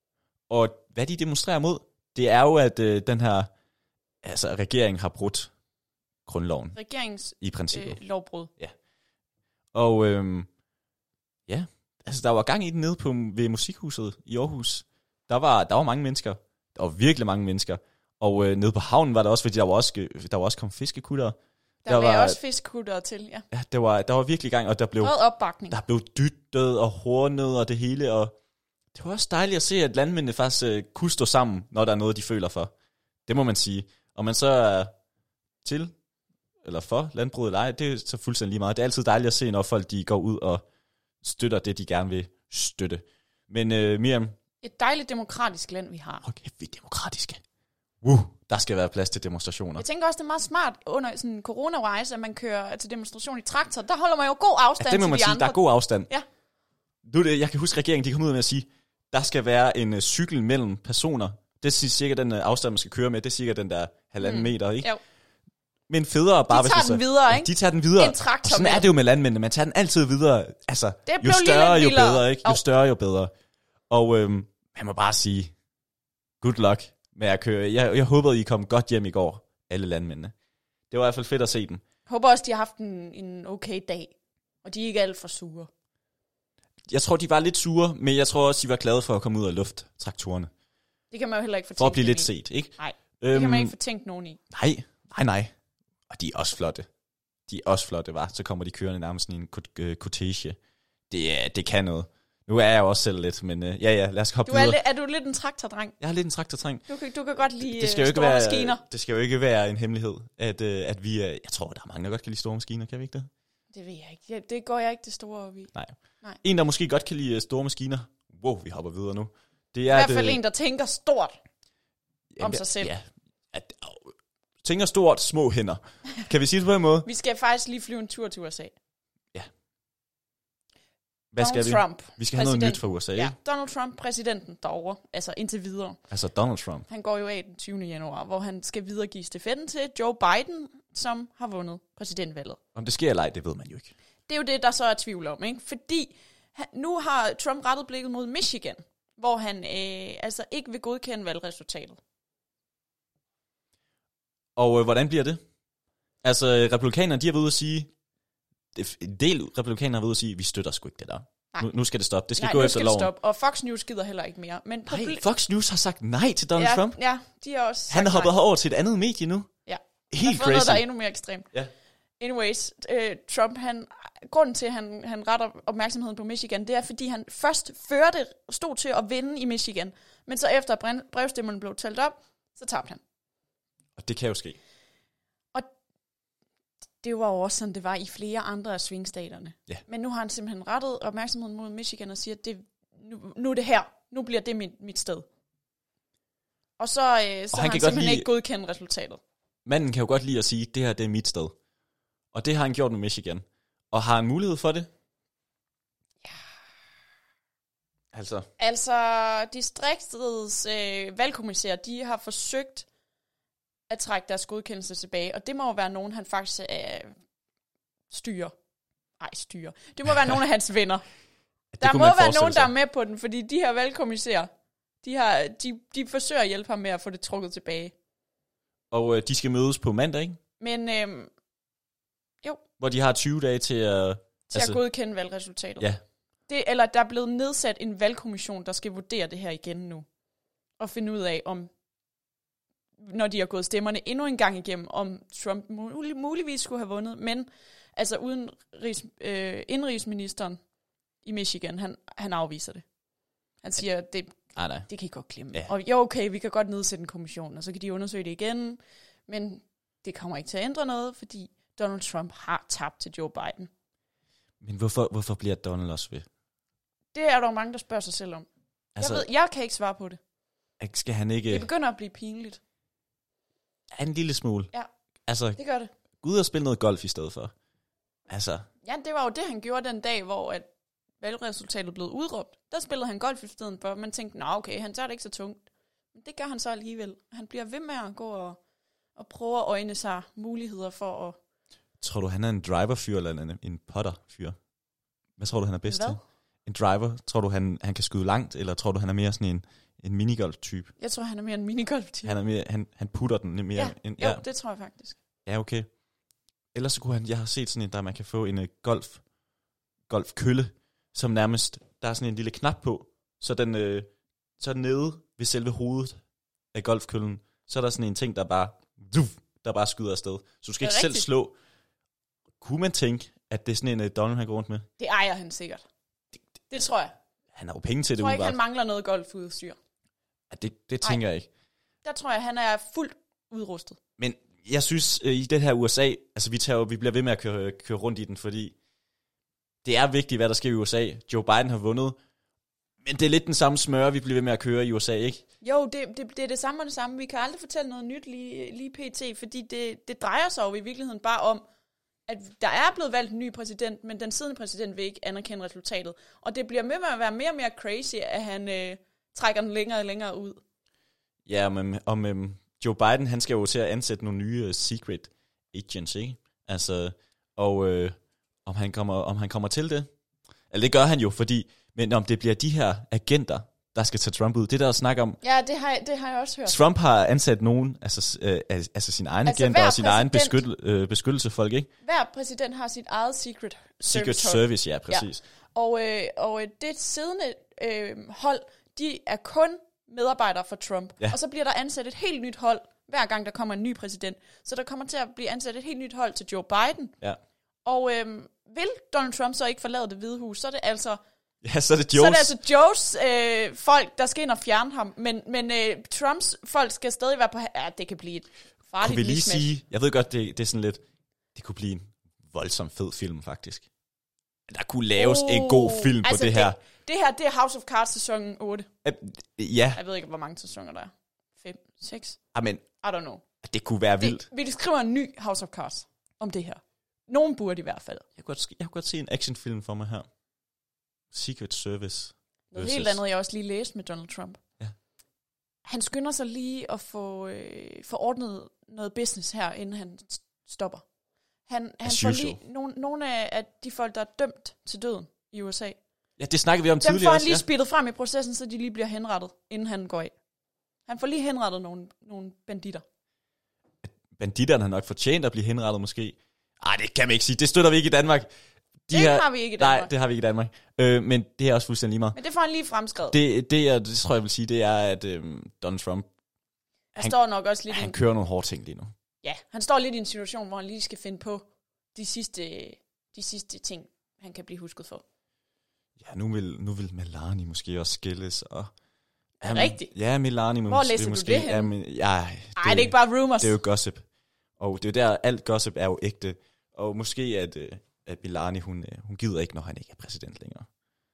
og hvad de demonstrerer mod, det er jo, at øh, den her altså, regeringen har brudt grundloven. Regeringens i princippet. Øh, lovbrud. Ja. Og øh, ja, altså der var gang i den nede på, ved Musikhuset i Aarhus. Der var, der var mange mennesker. Der var virkelig mange mennesker. Og øh, nede på havnen var der også, fordi der var også, der var også kommet fiskekutter. Der, der var også fiskekutter til, ja. Ja, der var, der var virkelig gang, og der blev, opbakning. Der blev dyttet og hornet og det hele, og det var også dejligt at se, at landmændene faktisk øh, kunne stå sammen, når der er noget, de føler for. Det må man sige. Og man så er til, eller for landbruget eller ej, det er så fuldstændig lige meget. Det er altid dejligt at se, når folk de går ud og støtter det, de gerne vil støtte. Men øh, Miriam? Et dejligt demokratisk land, vi har. Okay, vi er demokratiske. Uh, der skal være plads til demonstrationer. Jeg tænker også, det er meget smart under sådan corona-wise, at man kører til demonstration i traktor. Der holder man jo god afstand ja, det må til man de sige, andre. Der er god afstand. Ja. Nu, det, jeg kan huske, at regeringen de kom ud med at sige, der skal være en uh, cykel mellem personer. Det er cirka den uh, afstand, man skal køre med. Det er cirka den der halvanden mm. meter, ikke? Jo. Men federe bare, de tager hvis den videre, ja, ikke? De tager den videre. En traktor. Og sådan er det jo med landmændene. Man tager den altid videre. Altså, det jo større, jo bedre, ikke? Jo oh. større, jo bedre. Og øhm, man må bare sige, good luck med at køre. Jeg, jeg håber, I kom godt hjem i går, alle landmændene. Det var i hvert fald fedt at se dem. Jeg håber også, de har haft en, en okay dag, og de er ikke alt for sure. Jeg tror, de var lidt sure, men jeg tror også, de var glade for at komme ud af lufttraktorerne. Det kan man jo heller ikke få For at blive lidt i. set, ikke? Nej, det øhm, kan man ikke få tænkt nogen i. Nej, nej, nej. Og de er også flotte. De er også flotte, var. Så kommer de kørende nærmest i en cortege. Det, det kan noget. Nu er jeg jo også selv lidt, men uh, ja, ja, lad os hoppe du er, videre. li- er du lidt en traktordreng? Jeg er lidt en traktordreng. Du kan, du kan godt lide det skal jo ikke store være, maskiner. Det skal jo ikke være en hemmelighed, at, uh, at vi... Uh, jeg tror, der er mange, der godt kan lide store maskiner, kan vi ikke det? Det ved jeg ikke. Ja, det går jeg ikke det store op i. Nej. Nej. En, En, der måske godt kan lide store maskiner. Wow, vi hopper videre nu. Det er er I hvert fald at, en, der tænker stort jamen, om sig selv. Ja, at, uh, tænker stort, små hænder. Kan vi sige det på en måde? Vi skal faktisk lige flyve en tur til U S A. Hvad Donald skal vi? Trump, Vi skal have noget nyt fra U S A, ja, ikke? Donald Trump, præsidenten derovre, altså indtil videre. Altså Donald Trump. Han går jo af den tyvende januar, hvor han skal videregive stafetten til Joe Biden, som har vundet præsidentvalget. Om det sker eller ej, det ved man jo ikke. Det er jo det, der så er tvivl om, ikke? Fordi han, nu har Trump rettet blikket mod Michigan, hvor han øh, altså ikke vil godkende valgresultatet. Og øh, hvordan bliver det? Altså, republikanerne, de har været ude at sige... En del republikanere har været ude at sige, vi støtter sgu ikke det der. Nu, nu skal det stoppe. Det skal nej, gå nu efter skal loven. Det stoppe. Og Fox News gider heller ikke mere. Men Nej, proble- Fox News har sagt nej til Donald ja, Trump. Ja, de har også Han er hoppet herover til et andet medie nu. Ja. Helt der crazy. Noget, der er endnu mere ekstremt. Ja. Anyways, øh, Trump, han, grunden til, at han, han retter opmærksomheden på Michigan, det er, fordi han først førte og stod til at vinde i Michigan. Men så efter brev- brevstemmerne blev talt op, så tabte han. Og det kan jo ske. Og det var jo også sådan, det var i flere andre af swingstaterne. Ja. Men nu har han simpelthen rettet opmærksomheden mod Michigan og siger, at det, nu, nu er det her. Nu bliver det mit, mit sted. Og så, øh, så han har han kan simpelthen godt lide- ikke godkendt resultatet. Manden kan jo godt lide at sige, det her det er mit sted. Og det har han gjort med Michigan. Og har han mulighed for det? Ja. Altså, Altså, distriktets øh, valgkommissærer, de har forsøgt at trække deres godkendelse tilbage, og det må jo være nogen, han faktisk øh, styrer. Nej, styrer. Det må være nogle af hans venner. det Der kunne må man være forestille nogen, der sig. er med på den, fordi de her valgkommissærer, de, har, de, de forsøger at hjælpe ham med at få det trukket tilbage. Og øh, de skal mødes på mandag, ikke? Men øh, Hvor de har tyve dage til at... til altså, at godkende valgresultatet. Ja. Det, eller der er blevet nedsat en valgkommission, der skal vurdere det her igen nu. Og finde ud af, om når de har gået stemmerne endnu en gang igennem, om Trump mulig, muligvis skulle have vundet. Men altså uden rigs, øh, indrigsministeren i Michigan, han, han afviser det. Han siger, at det, Ah, nej. det kan I godt glemme. Ja. Og jo, okay, vi kan godt nedsætte en kommission, og så kan de undersøge det igen. Men det kommer ikke til at ændre noget, fordi Donald Trump har tabt til Joe Biden. Men hvorfor, hvorfor bliver Donald også ved? Det er der jo mange, der spørger sig selv om. Altså, Jeg ved, jeg kan ikke svare på det. skal han ikke... Det begynder at blive pinligt. En lille smule. Ja. Altså, Det gør det. gå ud og spille noget golf i stedet for. Altså, Ja, det var jo det, han gjorde den dag, hvor at valgresultatet blev udråbt. Der spillede han golf i stedet for. Man tænkte, nå okay, han tager det ikke så tungt. Men det gør han så alligevel. Han bliver ved med at gå og, og prøve at øjne sig muligheder for at... tror du, han er en driverfyr eller en, en potterfyr? Hvad tror du, han er bedst Hvad? til? En driver? Tror du, han, han kan skyde langt, eller tror du, han er mere sådan en, en minigolf-type? Jeg tror, han er mere en minigolf-type. Han, er mere, han, han putter den mere... Ja, end, jo, det tror jeg faktisk. Ja, okay. Ellers så kunne han... Jeg har set sådan en, der man kan få en uh, golf, golfkølle, som nærmest... Der er sådan en lille knap på, så den øh, så nede ved selve hovedet af golfkøllen, så er der sådan en ting, der bare... Duf, der bare skyder afsted. Så du skal ikke selv slå. Kunne man tænke, at det er sådan en uh, Donald, han går rundt med? Det ejer han sikkert. Det, det, det tror jeg. Han har jo penge til Jeg det, tror ikke, umiddelbart. han mangler noget golfudstyr. Ja, det, det tænker jeg ikke. Der tror jeg, han er fuldt udrustet. Men jeg synes, øh, i det her U S A, altså vi, tager jo, vi bliver ved med at køre, køre rundt i den, fordi det er vigtigt, hvad der sker i U S A. Joe Biden har vundet, men det er lidt den samme smøre, vi bliver ved med at køre i U S A, ikke? Jo, det, det, det er det samme og det samme. Vi kan aldrig fortælle noget nyt lige, lige pt, fordi det, det drejer sig jo i virkeligheden bare om, at der er blevet valgt en ny præsident, men den siddende præsident vil ikke anerkende resultatet. Og det bliver med at være mere og mere crazy, at han øh, trækker den længere og længere ud. Ja, men om um, Joe Biden, han skal jo til at ansætte nogle nye uh, secret agents, ikke? Altså, og øh, om, han kommer, om han kommer til det, eller det gør han jo, fordi, men om det bliver de her agenter, der skal tage Trump ud. Det der at snakke om... Ja, det har, det har jeg også hørt. Trump har ansat nogen, altså, øh, altså sin egen Altså, agenter hver og sin egen præsident- beskytte, øh, beskyttelsefolk, ikke? Hver præsident har sit eget Secret Secret Service. Service, ja, præcis. Og, øh, og øh, det siddende øh, hold, de er kun medarbejdere for Trump. Ja. Og så bliver der ansat et helt nyt hold, hver gang der kommer en ny præsident. Så der kommer til at blive ansat et helt nyt hold til Joe Biden. Ja. Og øh, vil Donald Trump så ikke forlade Det Hvide Hus, så er det altså... Ja, så er det Så Joes. er det altså Joes øh, folk, der skal ind og fjerne ham. Men, men øh, Trumps folk skal stadig være på... Ja, det kan blive et farligt Kunne vi lige mismatch. sige, jeg ved godt, det, det er sådan lidt, det kunne blive en voldsom fed film, faktisk. Der kunne laves oh, en god film på altså det her. Det, det her, det er House of Cards sæson otte. Uh, ja, Jeg ved ikke, hvor mange sæsoner der er. Fem, seks? men I don't know. det kunne være vildt. Det, vi skriver en ny House of Cards om det her. Nogen burde i hvert fald. Jeg kunne, godt, jeg kunne godt se en actionfilm for mig her. Secret Service. Noget helt andet, jeg også lige læste med Donald Trump. Ja. Han skynder sig lige at få øh, forordnet noget business her, inden han stopper. Han, han får lige nogle, nogle af de folk, der er dømt til døden i U S A. Ja, det snakkede vi om Dem tidligere får han også. lige Ja. speedet frem i processen, så de lige bliver henrettet, inden han går af. Han får lige henrettet nogle, nogle banditter. Banditterne har nok fortjent at blive henrettet måske. Ej, det kan man ikke sige. Det støtter vi ikke i Danmark. De Det her, har vi ikke i Danmark. Nej, det har vi ikke i Danmark. Øh, men det er også fuldstændig lige meget. Men det får han lige fremskrevet. Det, det, jeg, det tror jeg vil sige, det er, at øhm, Donald Trump, han, han- står nok også lidt i han en, kører nogle hårde ting lige nu. ja, han står lidt i en situation, hvor han lige skal finde på de sidste, de sidste ting, han kan blive husket for. Ja, nu vil, nu vil Melania måske også skilles. Og, Er det rigtigt? Ja, Melania. Hvor læser vil du måske, det henne? Jamen, ja, det, Ej, det er ikke bare rumors. Det er jo gossip. Og det er jo der, alt gossip er jo ægte. Og måske, at, øh, at Melania, hun, øh, hun gider ikke, når han ikke er præsident længere.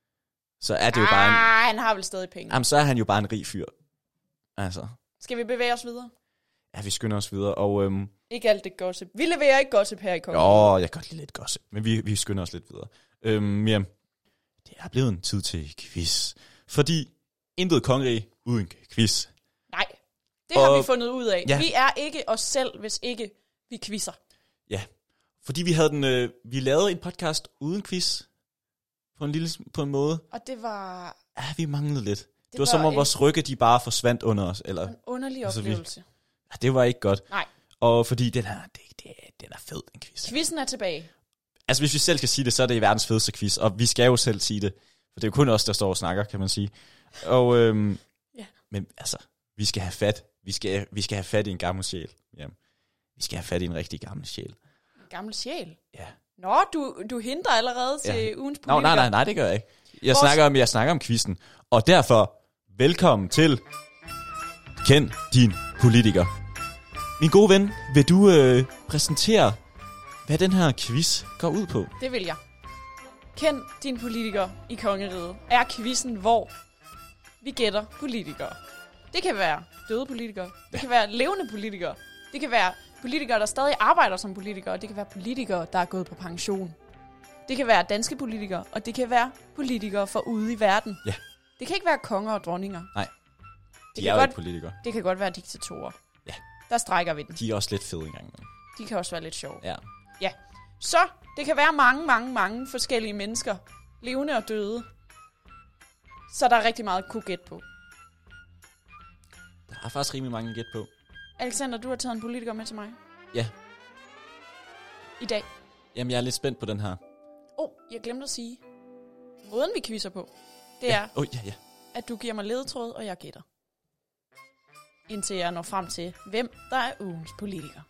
Så er det jo bare en... Ah, han har vel stadig penge. Jamen, så er han jo bare en rig fyr. Altså, Skal vi bevæge os videre? ja, vi skynder os videre. Og øhm, Ikke alt det gossip. Vi leverer ikke gossip her i Kongen. jo, jeg kan godt lide lidt gossip. Men vi, vi skynder os lidt videre. Øhm, Miriam, det er blevet en tid til quiz. Fordi intet kongerige uden quiz. Nej, det har Og- vi fundet ud af. Ja. Vi er ikke os selv, hvis ikke vi quizzer. Ja, fordi vi havde den, øh, vi lavede en podcast uden quiz. På en lille, på en måde. Og det var Ja, vi manglede lidt. Det, det var, var som om en- vores rygge, de bare forsvandt under os. Eller, en underlig Altså, vi- oplevelse. ja, det var ikke godt. Nej, Og fordi den her, det, det, den er fed, den quiz. quizzen er tilbage. Altså, hvis vi selv skal sige det, så er det verdens fedeste quiz. Og vi skal jo selv sige det. For det er jo kun os, der står og snakker, kan man sige. Og, øhm, Ja. Men altså, vi skal have fat. Vi skal, vi skal have fat i en gammel sjæl. Jamen, vi skal have fat i en rigtig gammel sjæl. En gammel sjæl. Ja. Nå, du, du hindrer allerede til Ja. ugens Nå, politiker. nej, nej, nej, det gør jeg ikke. Jeg, Vores- snakker om, jeg snakker om quizzen. Og derfor, velkommen til Kend din politiker. Min gode ven, vil du øh, præsentere, hvad den her quiz går ud på? Det vil jeg. Kend din politiker i kongeriget er quizzen, hvor vi gætter politikere. Det kan være døde politikere. Det kan være levende politikere. Det kan være politikere, der stadig arbejder som politikere. Det kan være politikere, der er gået på pension. Det kan være danske politikere, og det kan være politikere for ude i verden. Ja. Det kan ikke være konger og dronninger. Nej, Det de kan, er jo godt, ikke politikere. det kan godt være diktatorer. Ja. Der strækker vi den. De er også lidt fede engang. De kan også være lidt sjove. Ja. Ja. Så det kan være mange, mange, mange forskellige mennesker. Levende og døde. Så der er rigtig meget at kunne gætte på. Der er faktisk rimelig mange gæt på. Alexander, du har taget en politiker med til mig. Ja. I dag. Jamen, jeg er lidt spændt på den her. Åh, oh, jeg glemte at sige. Måden vi quizzer på, det er, Åh, oh, ja, ja. at du giver mig ledetråd, og jeg gætter. Indtil jeg når frem til, hvem der er ugens politiker.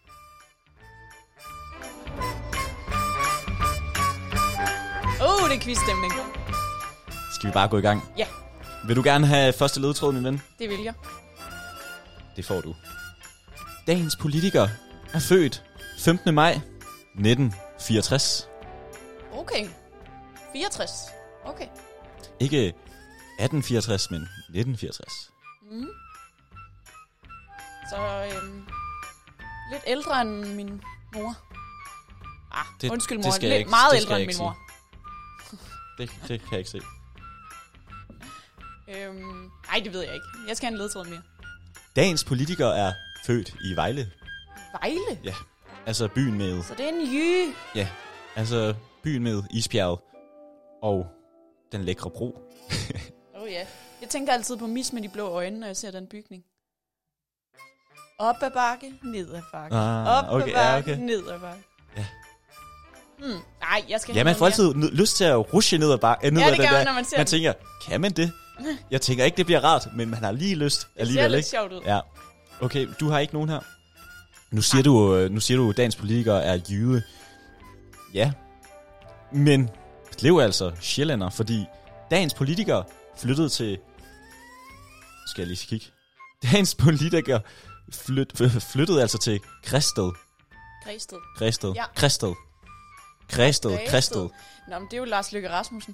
Åh, oh, det er quizstemning. Skal vi bare gå i gang? Ja. Vil du gerne have første ledetråd, min ven? Det vil jeg. Det får du. Dagens politiker er født femtende maj nitten fireogtres. Okay. fireogtres. Okay. Ikke atten fireogtres, men nitten fireogtres. Mm. Så øhm, lidt ældre end min mor. Ah, Det- det, undskyld det mor. skal jeg Lidt ikke- meget det skal ældre jeg end ikke min mor. Det, det kan jeg ikke se. Øhm, nej, det ved jeg ikke. Jeg skal have en ledtråd mere. Dagens politiker er født i Vejle. Vejle? Ja, altså byen med... Så det er en jy. Ja, altså byen med isbjerget og den lækre bro. Åh oh, ja. Jeg tænker altid på Mis med de blå øjne, når jeg ser den bygning. Op ad bakke, ned ad bakke. Ah, Op okay, ad bakke, ja, okay. ned ad bakke. Ja. Hmm. Nej, jeg skal Ja, man får altid n- lyst til at rushe ned ad bakke. Ned Ja, ad det den gør man, der. når man ser Man den. tænker, kan man det? Jeg tænker ikke, det bliver rart, men man har lige lyst Det ser alligevel, lidt ikke? sjovt ud. Ja. Okay, du har ikke nogen her. Nu siger du, øh, nu siger du, at dagens politikere er jyde. Ja. Men blev altså sjællænder, fordi dagens politikere flyttede til... Skal jeg lige kigge? Dagens politikere flyt, flyttede altså til Græsted. Græsted. Græsted. Ja. Græsted. Græsted. Græsted. Nå, men det er jo Lars Løkke Rasmussen.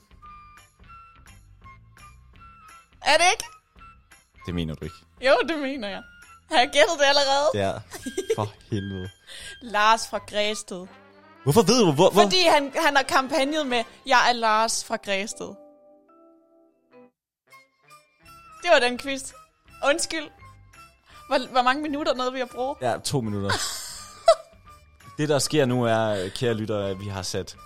Er det ikke? Det mener du ikke. Jo, det mener jeg. Har jeg gættet det allerede? Ja. For helvede. Lars fra Græsted. Hvorfor ved du, hvor... hvor? Fordi han, han har kampagnet med, jeg er Lars fra Græsted. Det var den quiz. Undskyld. Hvor, hvor mange minutter nåede vi at bruge? Ja, to minutter. Det, der sker nu er, kære lyttere, at vi har sat...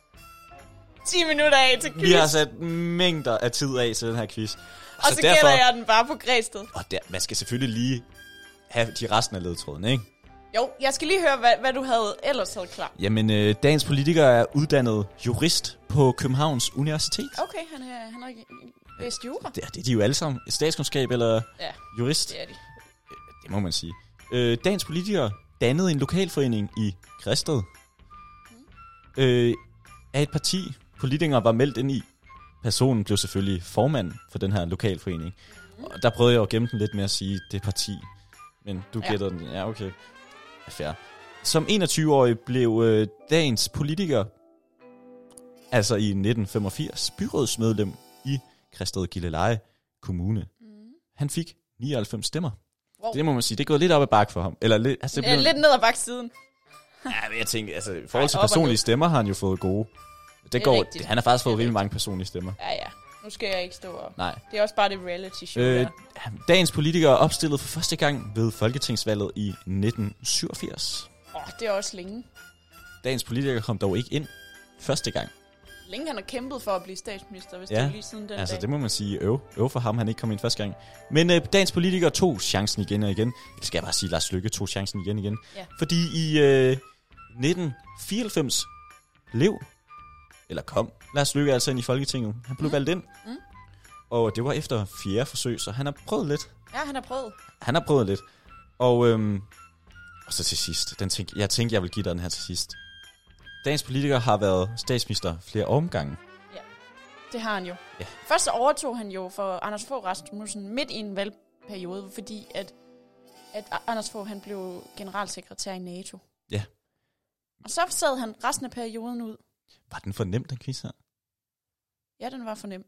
ti minutter af til quiz. Vi har sat mængder af tid af til den her quiz. og så, så gælder jeg den bare på Græsted. Og der, man skal selvfølgelig lige have de resten af ledtråden, ikke? Jo, jeg skal lige høre, hvad, hvad du havde ellers havde klar. Jamen, øh, dagens politikere er uddannet jurist på Københavns Universitet. Okay, han er, han er læst jura. Det, det er de jo alle sammen. Statskundskab eller Ja, jurist. det er de. Det må man sige. Øh, dagens politikere dannede en lokalforening i Græsted. Mm. Øh, af et parti, politikere var meldt ind i. Personen blev selvfølgelig formand for den her lokalforening. Mm. Og der prøvede jeg at gemme den lidt med at sige, det parti. Men du Ja. gætter den. Ja, okay. Fair. Som enogtyve-årig blev øh, dagens politiker, altså i nitten femogfirs, byrådsmedlem i Græsted-Gilleleje Kommune. Mm. Han fik nioghalvfems stemmer. Wow. Det må man sige. Det er gået lidt op ad bakke for ham. Eller lidt, altså, det Ja, blev... lidt ned ad baksiden. Ja, men jeg tænker, altså, i forhold til Ej, op og personlige ned. stemmer har han jo fået gode. Det, er går, rigtigt. det, han har faktisk fået Det er rimelig rigtigt. mange personlige stemmer. Ja, ja. Nu skal jeg ikke stå op. Nej. Det er også bare det reality show Øh, der. dagens politikere opstillede for første gang ved folketingsvalget i nitten syvogfirs. Åh, oh, det er også længe. Dagens politikere kom dog ikke ind første gang. Længe han har kæmpet for at blive statsminister, hvis Ja, det er lige siden den Altså, dag. det må man sige øv. Øv for ham, han ikke kom ind første gang. Men øh, dagens politikere tog chancen igen og igen. Eller skal jeg bare sige, Lars Løkke tog chancen igen og igen. Ja. Fordi i øh, nitten fireoghalvfems blev, eller kom, Lars Løkke altså ind i Folketinget. Han blev mm. valgt ind. Mm. Og det var efter fjerde forsøg, så han har prøvet lidt. Ja, han har prøvet. Han har prøvet lidt. Og, øhm, og så til sidst. Den tænk, jeg tænkte, jeg vil give dig den her til sidst. Dagens politiker har været statsminister flere omgange. Det har han jo. Ja. Først så overtog han jo for Anders Fogh Rasmussen midt i en valgperiode, fordi at, at Anders Fogh han blev generalsekretær i NATO. Ja. Og så sad han resten af perioden ud. Var den for nem, den quiz her? Ja, den var for nem.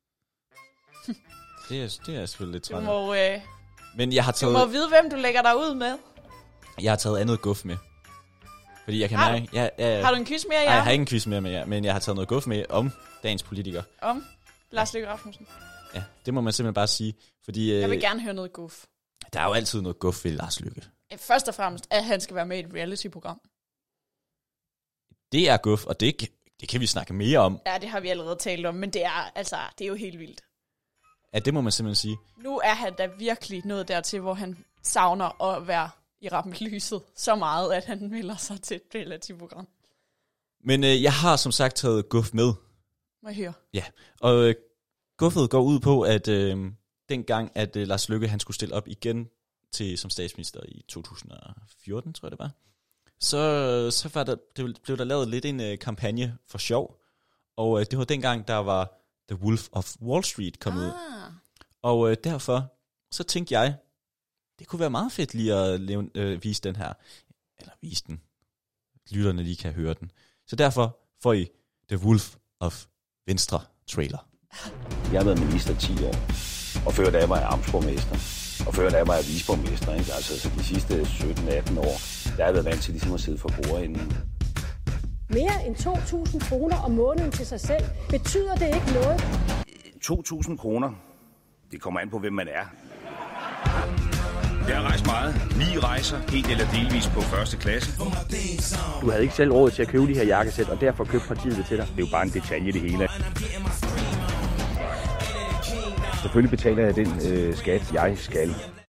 Det er, det er selvfølgelig lidt Du træt. må, øh, Men jeg har, du taget, må vide, hvem du lægger dig ud med. jeg har taget andet guf med. Fordi jeg kan Har du? mærke... Jeg, jeg, Har du en quiz mere, Nej, ja? jeg har ikke en quiz mere med jer, men jeg har taget noget guf med om dagens politikere. Om Lars Løkke Rasmussen. Ja, det må man simpelthen bare sige. Fordi øh, Jeg vil gerne høre noget guf. der er jo altid noget guf ved Lars Løkke. Først og fremmest, at han skal være med i et reality-program. Det er guf, og det, det kan vi snakke mere om. Ja, det har vi allerede talt om, men det er, altså, det er jo helt vildt. Ja, det må man simpelthen sige. Nu er han da virkelig nået dertil, hvor han savner at være i rampelyset så meget, at han melder sig til et reality-program. Men øh, jeg har som sagt taget guf med. Må jeg høre? Ja, og øh, guffet går ud på, at øh, dengang, at øh, Lars Løkke han skulle stille op igen til som statsminister i to tusind og fjorten, tror jeg det var, så, så var der, det blev der lavet lidt en øh, kampagne for sjov, og øh, det var dengang, der var The Wolf of Wall Street kommet ud. Ah, Og øh, derfor, så tænkte jeg, det kunne være meget fedt lige at leve, øh, vise den her, eller vise den, lytterne lige kan høre den. Så derfor får I The Wolf of Venstre trailer. Jeg har været minister ti år, og før da var jeg amtsborgmester, og før da var jeg viceborgmester. Ikke? Altså så de sidste sytten atten år, der har jeg været vant til ligesom at sidde for bordenden. Mere end to tusind kroner om måneden til sig selv, betyder det ikke noget? to tusind kroner, det kommer an på, hvem man er. Jeg har rejst meget. Ni rejser, helt eller delvis på første klasse. Du havde ikke selv råd til at købe de her jakkesæt, og derfor købte partiet det til dig. Det er jo bare en detalje, det hele. Selvfølgelig betaler jeg den øh, skat, jeg skal.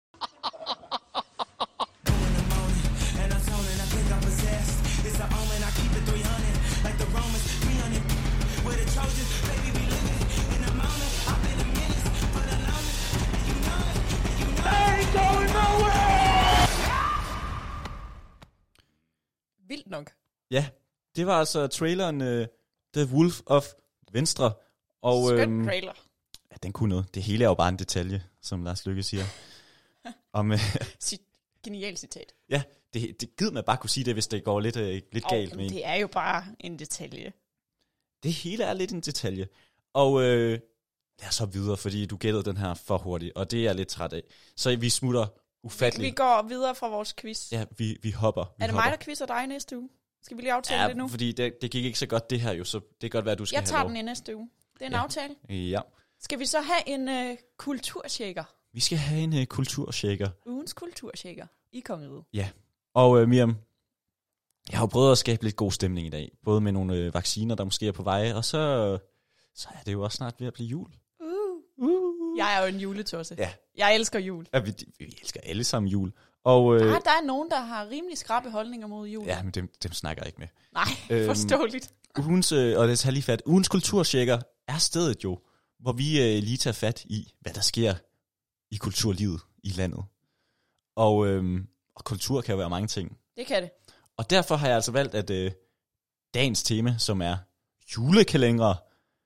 Vildt nok. Ja, det var altså traileren uh, The Wolf of Venstre. Og, Skøn øhm, trailer. Ja, den kunne noget. Det hele er jo bare en detalje, som Lars Løkke siger. Om, uh, Genialt citat. ja, det, det gider man bare kunne sige det, hvis det går lidt, uh, lidt Oh, galt med en. det er jo bare en detalje. Det hele er lidt en detalje. Og øh, lad os så videre, fordi du gættede den her for hurtigt, og det er jeg lidt træt af. Så vi smutter ufatteligt. Vi går videre fra vores quiz. Ja, vi, vi hopper. Vi er det hopper. mig, der quizzer dig næste uge? Skal vi lige aftale ja, det nu? fordi det, det gik ikke så godt det her jo, så det kan godt være, at du skal Jeg have tager lov. den i næste uge. Det er en Ja. aftale. Ja. Skal vi så have en øh, kulturshaker? Vi skal have en uh, kulturshaker. Ugens kulturshaker i kongeriget. Ja. Og uh, Miriam, jeg har jo prøvet at skabe lidt god stemning i dag. Både med nogle øh, vacciner, der måske er på vej, og så, så er det jo også snart ved at blive jul. Uh. Uh. Jeg er jo en juletosse. Ja. Jeg elsker jul. Ja, vi, vi elsker alle sammen jul. Og, øh, Ah, der er nogen, der har rimelig skrappe holdninger mod jul. ja, men dem, dem snakker jeg ikke med. Nej, Øhm, forståeligt. Ugens, øh, og det tager lige fat, ugens kulturshaker er stedet jo, hvor vi øh, lige tager fat i, hvad der sker i kulturlivet i landet. Og, øh, og kultur kan jo være mange ting. Det kan det. Og derfor har jeg altså valgt, at øh, dagens tema, som er julekalendere,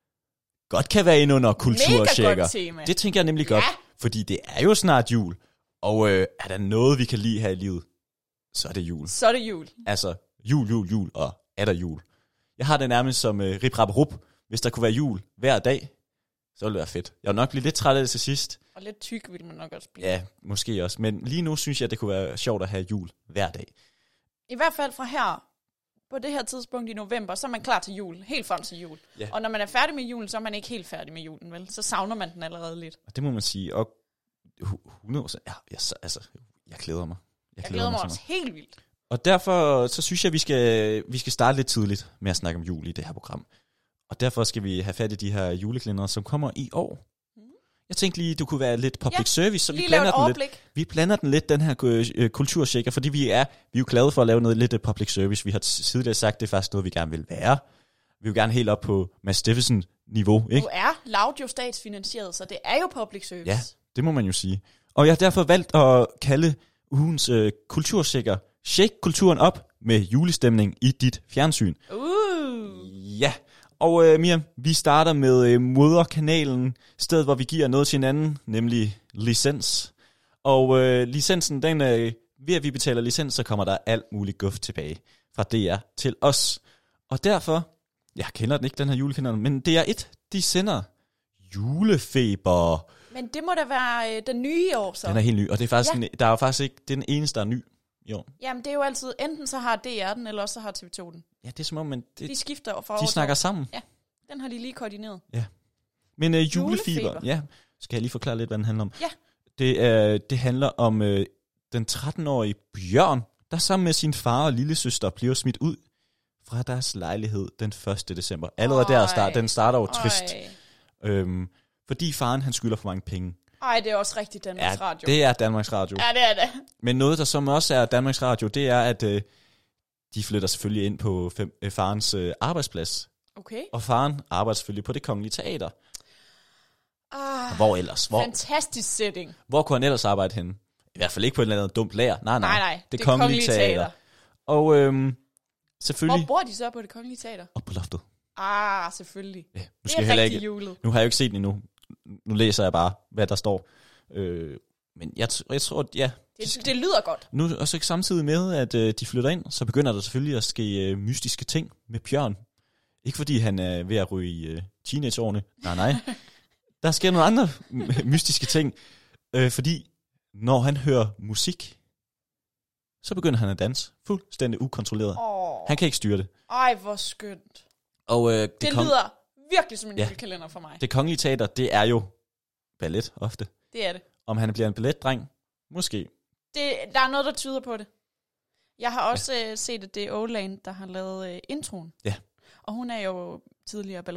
godt kan være inde under kulturshaker. Mega godt tema. Det tænker jeg nemlig Ja. godt, fordi det er jo snart jul. Og øh, er der noget, vi kan lide her i livet, så er det jul. Så er det jul. Altså, jul, jul, jul og er der jul. Jeg har det nærmest som øh, rip, rap, rup. Hvis der kunne være jul hver dag, så ville det være fedt. Jeg vil nok blive lidt træt af det til sidst. Og lidt tyk vil man nok også blive. Ja, måske også. Men lige nu synes jeg, det kunne være sjovt at have jul hver dag. I hvert fald fra her, på det her tidspunkt i november, så er man klar til jul. Helt frem til jul. Ja. Og når man er færdig med julen, så er man ikke helt færdig med julen, vel? Så savner man den allerede lidt. Og det må man sige. Og hundrede procent, ja, jeg, altså, jeg glæder mig. Jeg, jeg glæder mig så også helt vildt. Og derfor så synes jeg, vi skal, vi skal starte lidt tidligt med at snakke om jul i det her program. Og derfor skal vi have fat i de her julekalendere, som kommer i år. Mm. Jeg tænkte lige, du kunne være lidt public Ja, service, så vi lige lave blander et den overblik. lidt. Vi blander den lidt, den her øh, kulturshaker, fordi vi er, vi er jo glade for at lave noget lidt uh, public service. Vi har tidligere sagt, det er faktisk noget, vi gerne vil være. Vi vil gerne helt op på Mads Steffensen-niveau, ikke? Nu er Loud jo statsfinansieret, så det er jo public service. Ja, det må man jo sige. Og jeg har derfor valgt at kalde ugens øh, kulturshaker Shake kulturen op med julestemning i dit fjernsyn. Uh. Ja, og øh, Mia, vi starter med øh, moderkanalen, stedet hvor vi giver noget til hinanden, nemlig licens. Og øh, licensen, den, øh, ved at vi betaler licens, så kommer der alt muligt guf tilbage fra D R til os. Og derfor, jeg kender den ikke, den her julekanal, men D R et, de sender Julefeber. Men det må da være øh, den nye i år, så. Den er helt ny, og det er faktisk, Ja. en, der er jo faktisk ikke, det er den eneste, der er ny i år. Jamen, det er jo altid, enten så har D R den, eller også så har T V to den. Ja, det er som om, man, det, De skifter fra år de til snakker år. sammen. Ja, den har de lige koordineret. Men øh, julefeber, Julefeber. ja, skal jeg lige forklare lidt, hvad den handler om? Ja. Det, øh, det handler om øh, den tretten-årige Bjørn, der sammen med sin far og lillesøster bliver smidt ud fra deres lejlighed den første december. Allerede Ej. der start, den starter jo trist. Ej. Øhm, fordi faren, han skylder for mange penge. Ej, det er også rigtigt Danmarks Ja, Radio. det er Danmarks Radio. Ja, det er det. Men noget, der som også er Danmarks Radio, det er, at øh, de flytter selvfølgelig ind på fem, øh, farens øh, arbejdsplads. Okay. Og faren arbejder selvfølgelig på Det Kongelige Teater. Ah, Hvor ellers? Hvor, fantastisk setting. hvor kunne han ellers arbejde henne? I hvert fald ikke på et eller andet dumt lager. Nej, nej. Nej, nej. Det, Kongelige Teater. Og øhm, selvfølgelig... Hvor bor de så på Det Kongelige Teater? Op på loftet. Ah, selvfølgelig. Ja, nu Det skal er jeg heller rigtig ikke... julet. Nu har jeg jo ikke set den endnu. Nu læser jeg bare, hvad der står. Øh, men jeg, t- jeg tror, at ja... Det, det lyder godt. Nu også samtidig med, at øh, de flytter ind, så begynder der selvfølgelig at ske øh, mystiske ting med Bjørn. Ikke fordi han er ved at ryge i øh, teenageårene. Nej, nej. Der sker nogle andre mystiske ting. Øh, fordi når han hører musik, så begynder han at danse fuldstændig ukontrolleret. Åh, Han kan ikke styre det. ej, hvor skønt. Og øh, det, Det kon- lyder virkelig som en Ja. julekalender for mig. det Kongelige Teater, det er jo ballet ofte. Det er det. Om han bliver en balletdreng, måske. det. Der er noget, der tyder på det. Jeg har også ja. øh, set, at det er Oland, der har lavet øh, introen. Ja. Og hun er jo tidligere ballerina.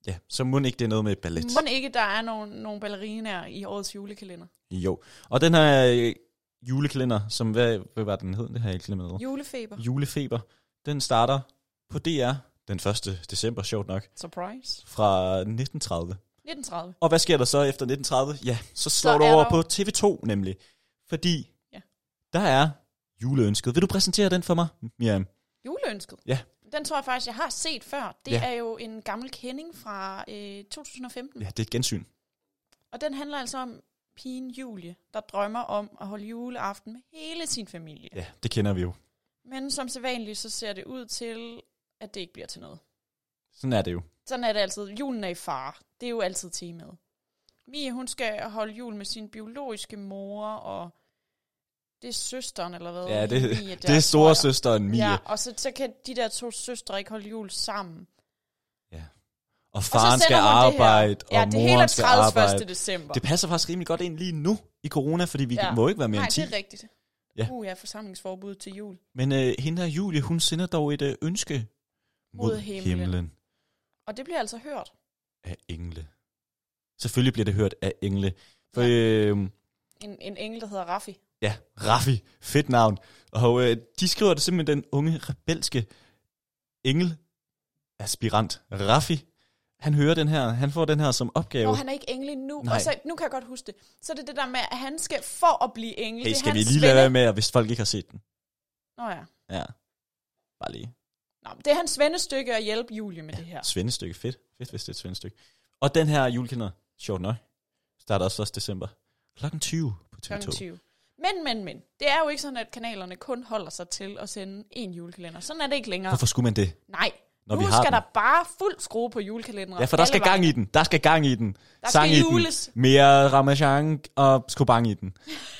Ja, så må ikke det er noget med ballet. Må ikke, der er nogle, nogle ballerinaer i årets julekalender. Jo, og den her øh, julekalender, som, hvad, hvad var den hed? Det her jeg med. Julefeber. Julefeber, den starter på D R den første december, sjovt nok. Surprise. Fra nitten tredive. nitten tredive. Og hvad sker der så efter nitten tredive? Ja, så slår Så du er over der på T V to nemlig. Fordi ja. der er juleønsket. Vil du præsentere den for mig, Miriam? Juleønsket? Ja. Den tror jeg faktisk, jeg har set før. Det ja. er jo en gammel kending fra øh, to tusind og femten. Ja, det er et gensyn. Og den handler altså om pigen Julie, der drømmer om at holde juleaften med hele sin familie. Ja, det kender vi jo. Men som sædvanligt, så ser det ud til, at det ikke bliver til noget. Sådan er det jo. Sådan er det altid. Julen er i fare. Det er jo altid temaet. Mie, hun skal holde jul med sin biologiske mor, og det er søsteren, eller hvad? Ja, det, Mie, det er storesøsteren Mie. Ja, og så, så kan de der to søstre ikke holde jul sammen. Ja. Og faren og skal arbejde, og ja, moren skal arbejde. første december. Det passer faktisk rimelig godt ind lige nu i corona, fordi vi ja. må ikke være mere Nej, end ti. Nej, det er rigtigt. Ja. Uh, ja, forsamlingsforbud til jul. Men øh, hende her Julie, hun sender dog et øh, ønske mod, mod himlen. himlen. Og det bliver altså hørt. Af engle. Selvfølgelig bliver det hørt af engle. For, ja. øh, en, en engel, der hedder Raffi. Ja, Raffi. Fedt navn. Og øh, de skriver det simpelthen den unge, rebelske engel-aspirant. Raffi, han hører den her, han får den her som opgave. Og han er ikke engel endnu. Og så, nu kan jeg godt huske det. Så er det det der med, at han skal for at blive engel. Hey, det skal vi lige lade være med, hvis folk ikke har set den? Nå ja. Ja, bare lige. Nå, det er hans svendestykke at hjælpe Julie med ja, det her. Svendestykke, fedt. Fedt, hvis det er et svendestykke. Og den her julekalender, sjovt nok, starter også første december. klokken tyve på T V to. klokken tyve. Men, men, men. Det er jo ikke sådan, at kanalerne kun holder sig til at sende en julekalender. Sådan er det ikke længere. Hvorfor skulle man det? Nej. Når nu vi har skal den. der bare fuld skrue på julekalenderen. Ja, for der skal gang i den. Der skal gang i den. Der Sang skal i jules. Den. Mere ramachan og skubang i den.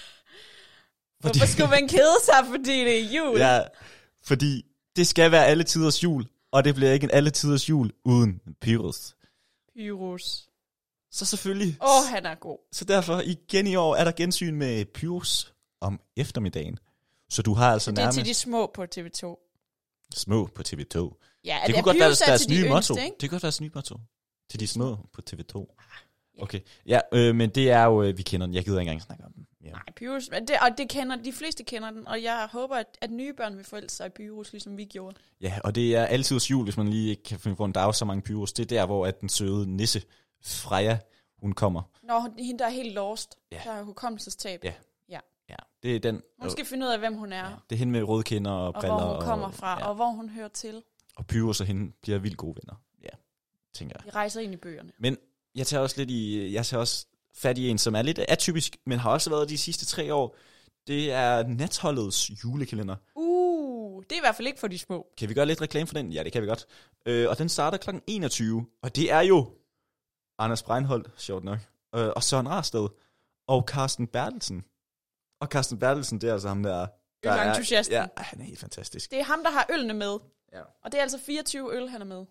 Fordi... Hvorfor skulle man kede sig, fordi det er jul? Ja, fordi det skal være alle tiders jul, og det bliver ikke en alle tiders jul uden Pyrus. Pyrus. Så selvfølgelig. Åh, oh, han er god. Så derfor igen i år er der gensyn med Pyrus om eftermiddagen. Så du har altså så det er nærmest... til de små på T V to. Små på T V to. Ja, det, det kunne godt være deres nye motto. Det kunne godt være deres nye motto. Til de små på T V to. Ja. Okay. Ja, øh, men det er jo, øh, vi kender den. Jeg gider ikke engang snakke om den. Ja. Nej, Pyrus, det, og det kender, de fleste kender den, og jeg håber, at, at nye børn vil forelske sig i Pyrus, ligesom vi gjorde. Ja, og det er altid jul, hvis man lige ikke kan finde på en dag så mange Pyrus. Det er der, hvor at den søde nisse Freja, hun kommer. Nå, hende der er helt lost. Ja. Der er hukommelsestab. Ja. Ja. Ja, det er den. Hun skal finde ud af, hvem hun er. Ja, det er hende med rødkinder og, og briller. Og hvor hun kommer og, fra, ja. og hvor hun hører til. Og Pyrus og hende bliver vildt gode venner. Ja, tænker jeg. De rejser ind i bøgerne. Men jeg tager også lidt i, jeg tager også fat i en, som er lidt atypisk, men har også været de sidste tre år. Det er Natholdets julekalender. Uh, det er i hvert fald ikke for de små. Kan vi gøre lidt reklame for den? Ja, det kan vi godt. Øh, og den starter klokken enogtyve, og det er jo Anders Breinholt, sjovt nok, øh, og Søren Rarsted, og Carsten Bertelsen. Og Carsten Bertelsen, det er altså ham, der... der Ølentusiasten. Ja, han er helt fantastisk. Det er ham, der har ølene med. Ja. Og det er altså fireogtyve øl, han er med.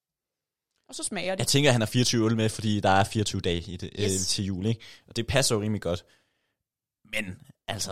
Og så smager det. Jeg tænker, at han har fireogtyve øl med, fordi der er fireogtyve dage i det, yes. øh, til jul, ikke? Og det passer jo rimelig godt. Men, altså...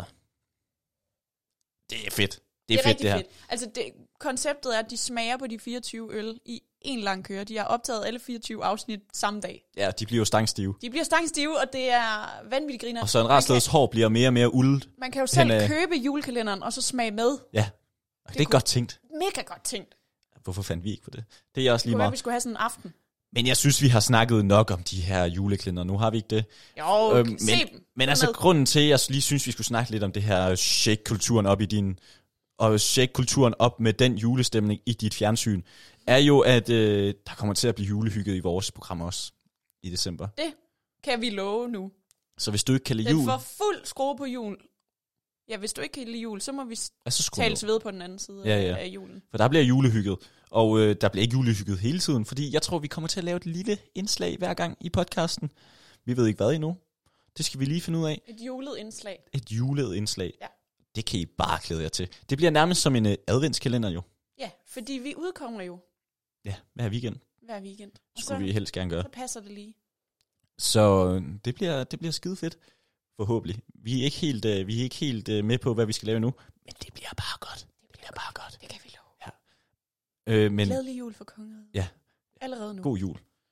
Det er fedt. Det er, det er fedt, det her. Fedt. Altså, det, konceptet er, at de smager på de fireogtyve øl i en lang køre. De har optaget alle fireogtyve afsnit samme dag. Ja, de bliver jo stangstive. De bliver stangstive, og det er vanvittigt griner. Og Søren Rarsteds hår bliver mere og mere uldet. Man kan jo selv hen, købe julekalenderen, og så smage med. Ja, og det, det er godt tænkt. Mega godt tænkt. Hvorfor fandt vi ikke på det? Det er også det lige meget. Være, vi skulle have sådan en aften. Men jeg synes, vi har snakket nok om de her julekalender. Nu har vi ikke det. Jo, øhm, se men, dem. Men altså, grunden til, at jeg lige synes, vi skulle snakke lidt om det her shake-kulturen op i din... Og shake-kulturen op med den julestemning i dit fjernsyn, er jo, at øh, der kommer til at blive julehygget i vores program også i december. Det kan vi love nu. Så hvis du ikke kan lide den jul... Den får fuld skrue på jul. Ja, hvis du ikke kan lide jul, så må vi altså, tales ved på den anden side ja, ja. af julen. For der bliver julehygget, og øh, der bliver ikke julehygget hele tiden, fordi jeg tror, vi kommer til at lave et lille indslag hver gang i podcasten. Vi ved ikke hvad endnu. Det skal vi lige finde ud af. Et julet indslag. Et julet indslag. Ja. Det kan I bare glæde jer til. Det bliver nærmest som en uh, adventskalender jo. Ja, fordi vi udkommer jo. Ja, hver weekend. Hver weekend. Og skulle så, vi helst gerne gøre. Så passer det lige. Så det bliver, det bliver skide fedt. Forhåbentlig. Vi er ikke helt, uh, vi er ikke helt uh, med på, hvad vi skal lave nu. Men det bliver bare godt. Det bliver bare godt. Det kan vi love. Ja. Øh, men, glædelig jul for kongeriget. Ja. Allerede nu. God jul.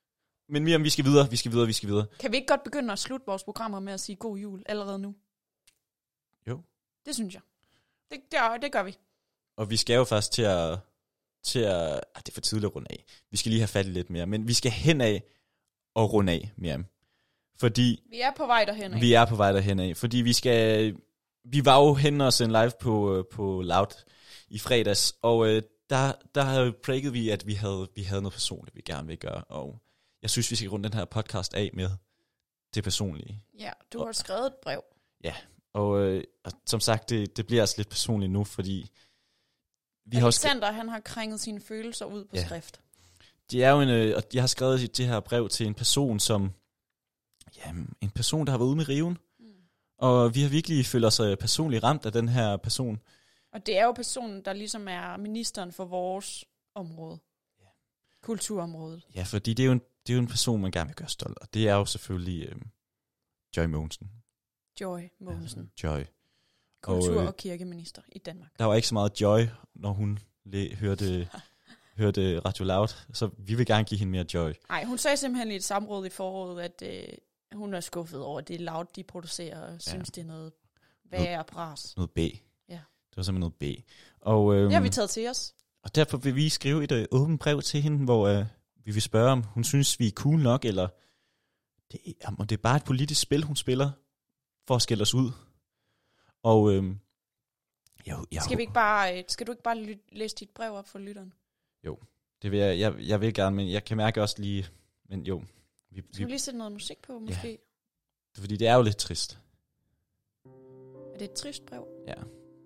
Men Miriam, vi skal videre, vi skal videre, vi skal videre. Kan vi ikke godt begynde at slutte vores programmer med at sige god jul allerede nu? Jo. Det synes jeg. Det, det, det gør vi. Og vi skal jo først til at... til at ah, det er for tidligt at runde af. Vi skal lige have fat i lidt mere. Men vi skal hen af og runde af, Miriam. Fordi... Vi er på vej derhen af. Vi er på vej derhen af. Fordi vi skal... Vi var jo hen og sendte live på, på Loud i fredags. Og øh, der, der prægede vi, at vi havde, vi havde noget personligt, vi gerne vil gøre. Og jeg synes, vi skal runde den her podcast af med det personlige. Ja, du har og, skrevet et brev. Ja, og, øh, og som sagt, det, det bliver altså lidt personligt nu, fordi... Vi Alexander, har skrevet, han har krænget sine følelser ud på ja. skrift. Det er jo en, øh, og jeg har skrevet det her brev til en person, som... Jamen, en person, der har været ude med riven. Mm. Og vi har virkelig følt os personligt ramt af den her person. Og det er jo personen, der ligesom er ministeren for vores område. Ja. Kulturområdet. Ja, fordi det er, jo en, det er jo en person, man gerne vil gøre stolt. Og det er jo selvfølgelig øh, Joy Mogensen. Joy Mogensen. Ja, Joy. Kultur- og, øh, og kirkeminister i Danmark. Der var ikke så meget joy, når hun le- hørte, hørte Radio Loud. Så vi vil gerne give hende mere joy. Nej, hun sagde simpelthen i et samråd i foråret, at øh, hun er skuffet over det Loud, de producerer, og ja. synes, det er noget værre bras. Noget B. Ja. Det var simpelthen noget B. Og, øhm, det har vi taget til os. Og derfor vil vi skrive et øh, åbent brev til hende, hvor øh, vi vil spørge, om hun synes, vi er cool nok, eller det, om det er bare et politisk spil, hun spiller, for at skælde os ud. Og øhm, jeg, jeg, skal vi ikke bare, skal du ikke bare ly- læse dit brev op for lytteren? Jo, det vil jeg, jeg, jeg vil gerne, men jeg kan mærke også lige, men jo. Vi, skal vi lige sætte noget musik på, måske? Ja, fordi det er jo lidt trist. Er det et trist brev? Ja.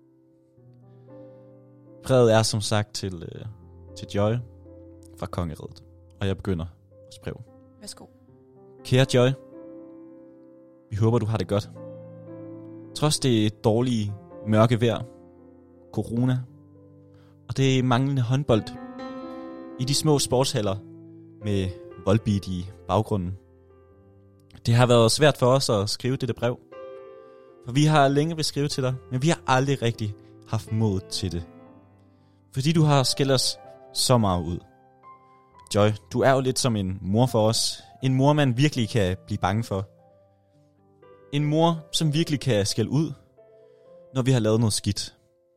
Brevet er som sagt til, øh, til Joy fra Kongeriget, og jeg begynder at skrive. Værsgo. Kære Joy, vi håber, du har det godt. Trods det dårlige mørke vejr, corona og det manglende håndbold i de små sportshaller med voldbeat i baggrunden. Det har været svært for os at skrive dette brev, for vi har længe vil skrive til dig, men vi har aldrig rigtig haft mod til det. Fordi du har skældt os så meget ud. Joy, du er jo lidt som en mor for os. En mor, man virkelig kan blive bange for. En mor, som virkelig kan skælde ud, når vi har lavet noget skidt.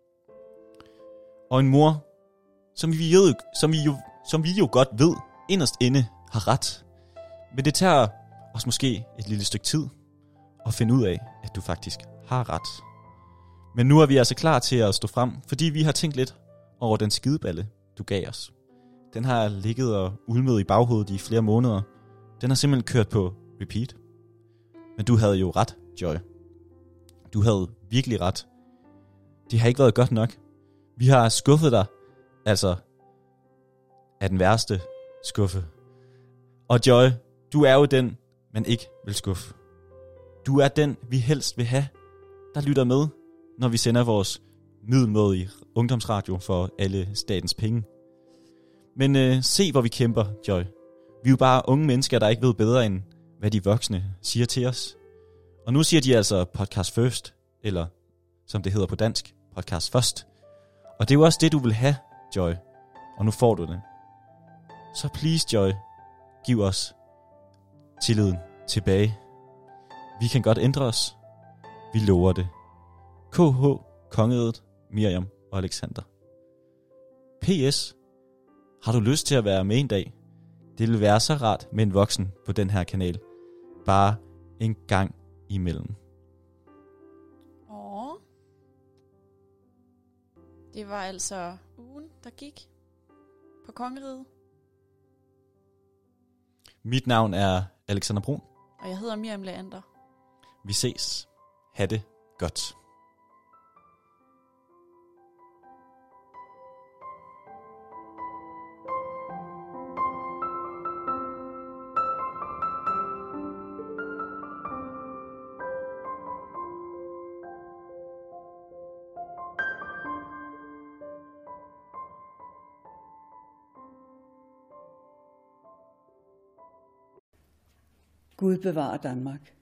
Og en mor, som vi jo, som vi jo, som vi jo godt ved, inderst inde har ret. Men det tager os måske et lille stykke tid at finde ud af, at du faktisk har ret. Men nu er vi altså klar til at stå frem, fordi vi har tænkt lidt over den skideballe, du gav os. Den har ligget og ulmet i baghovedet i flere måneder. Den har simpelthen kørt på repeat. Men du havde jo ret, Joy. Du havde virkelig ret. Det har ikke været godt nok. Vi har skuffet dig, altså af den værste skuffe. Og Joy, du er jo den, man ikke vil skuffe. Du er den, vi helst vil have, der lytter med, når vi sender vores middelmådige ungdomsradio for alle statens penge. Men øh, se, hvor vi kæmper, Joy. Vi er jo bare unge mennesker, der ikke ved bedre, end hvad de voksne siger til os. Og nu siger de altså podcast first, eller som det hedder på dansk, podcast først. Og det er jo også det, du vil have, Joy. Og nu får du det. Så please, Joy, giv os tilliden tilbage. Vi kan godt ændre os. Vi lover det. K H, Kongeriget, Miriam og Alexander. P S. Har du lyst til at være med en dag? Det vil være så rart med en voksen på den her kanal. Bare en gang imellem. Åh. Det var altså ugen, der gik på Kongeriget. Mit navn er Alexander Brun. Og jeg hedder Miriam Leander. Vi ses. Ha' det godt. Gud bevarer Danmark.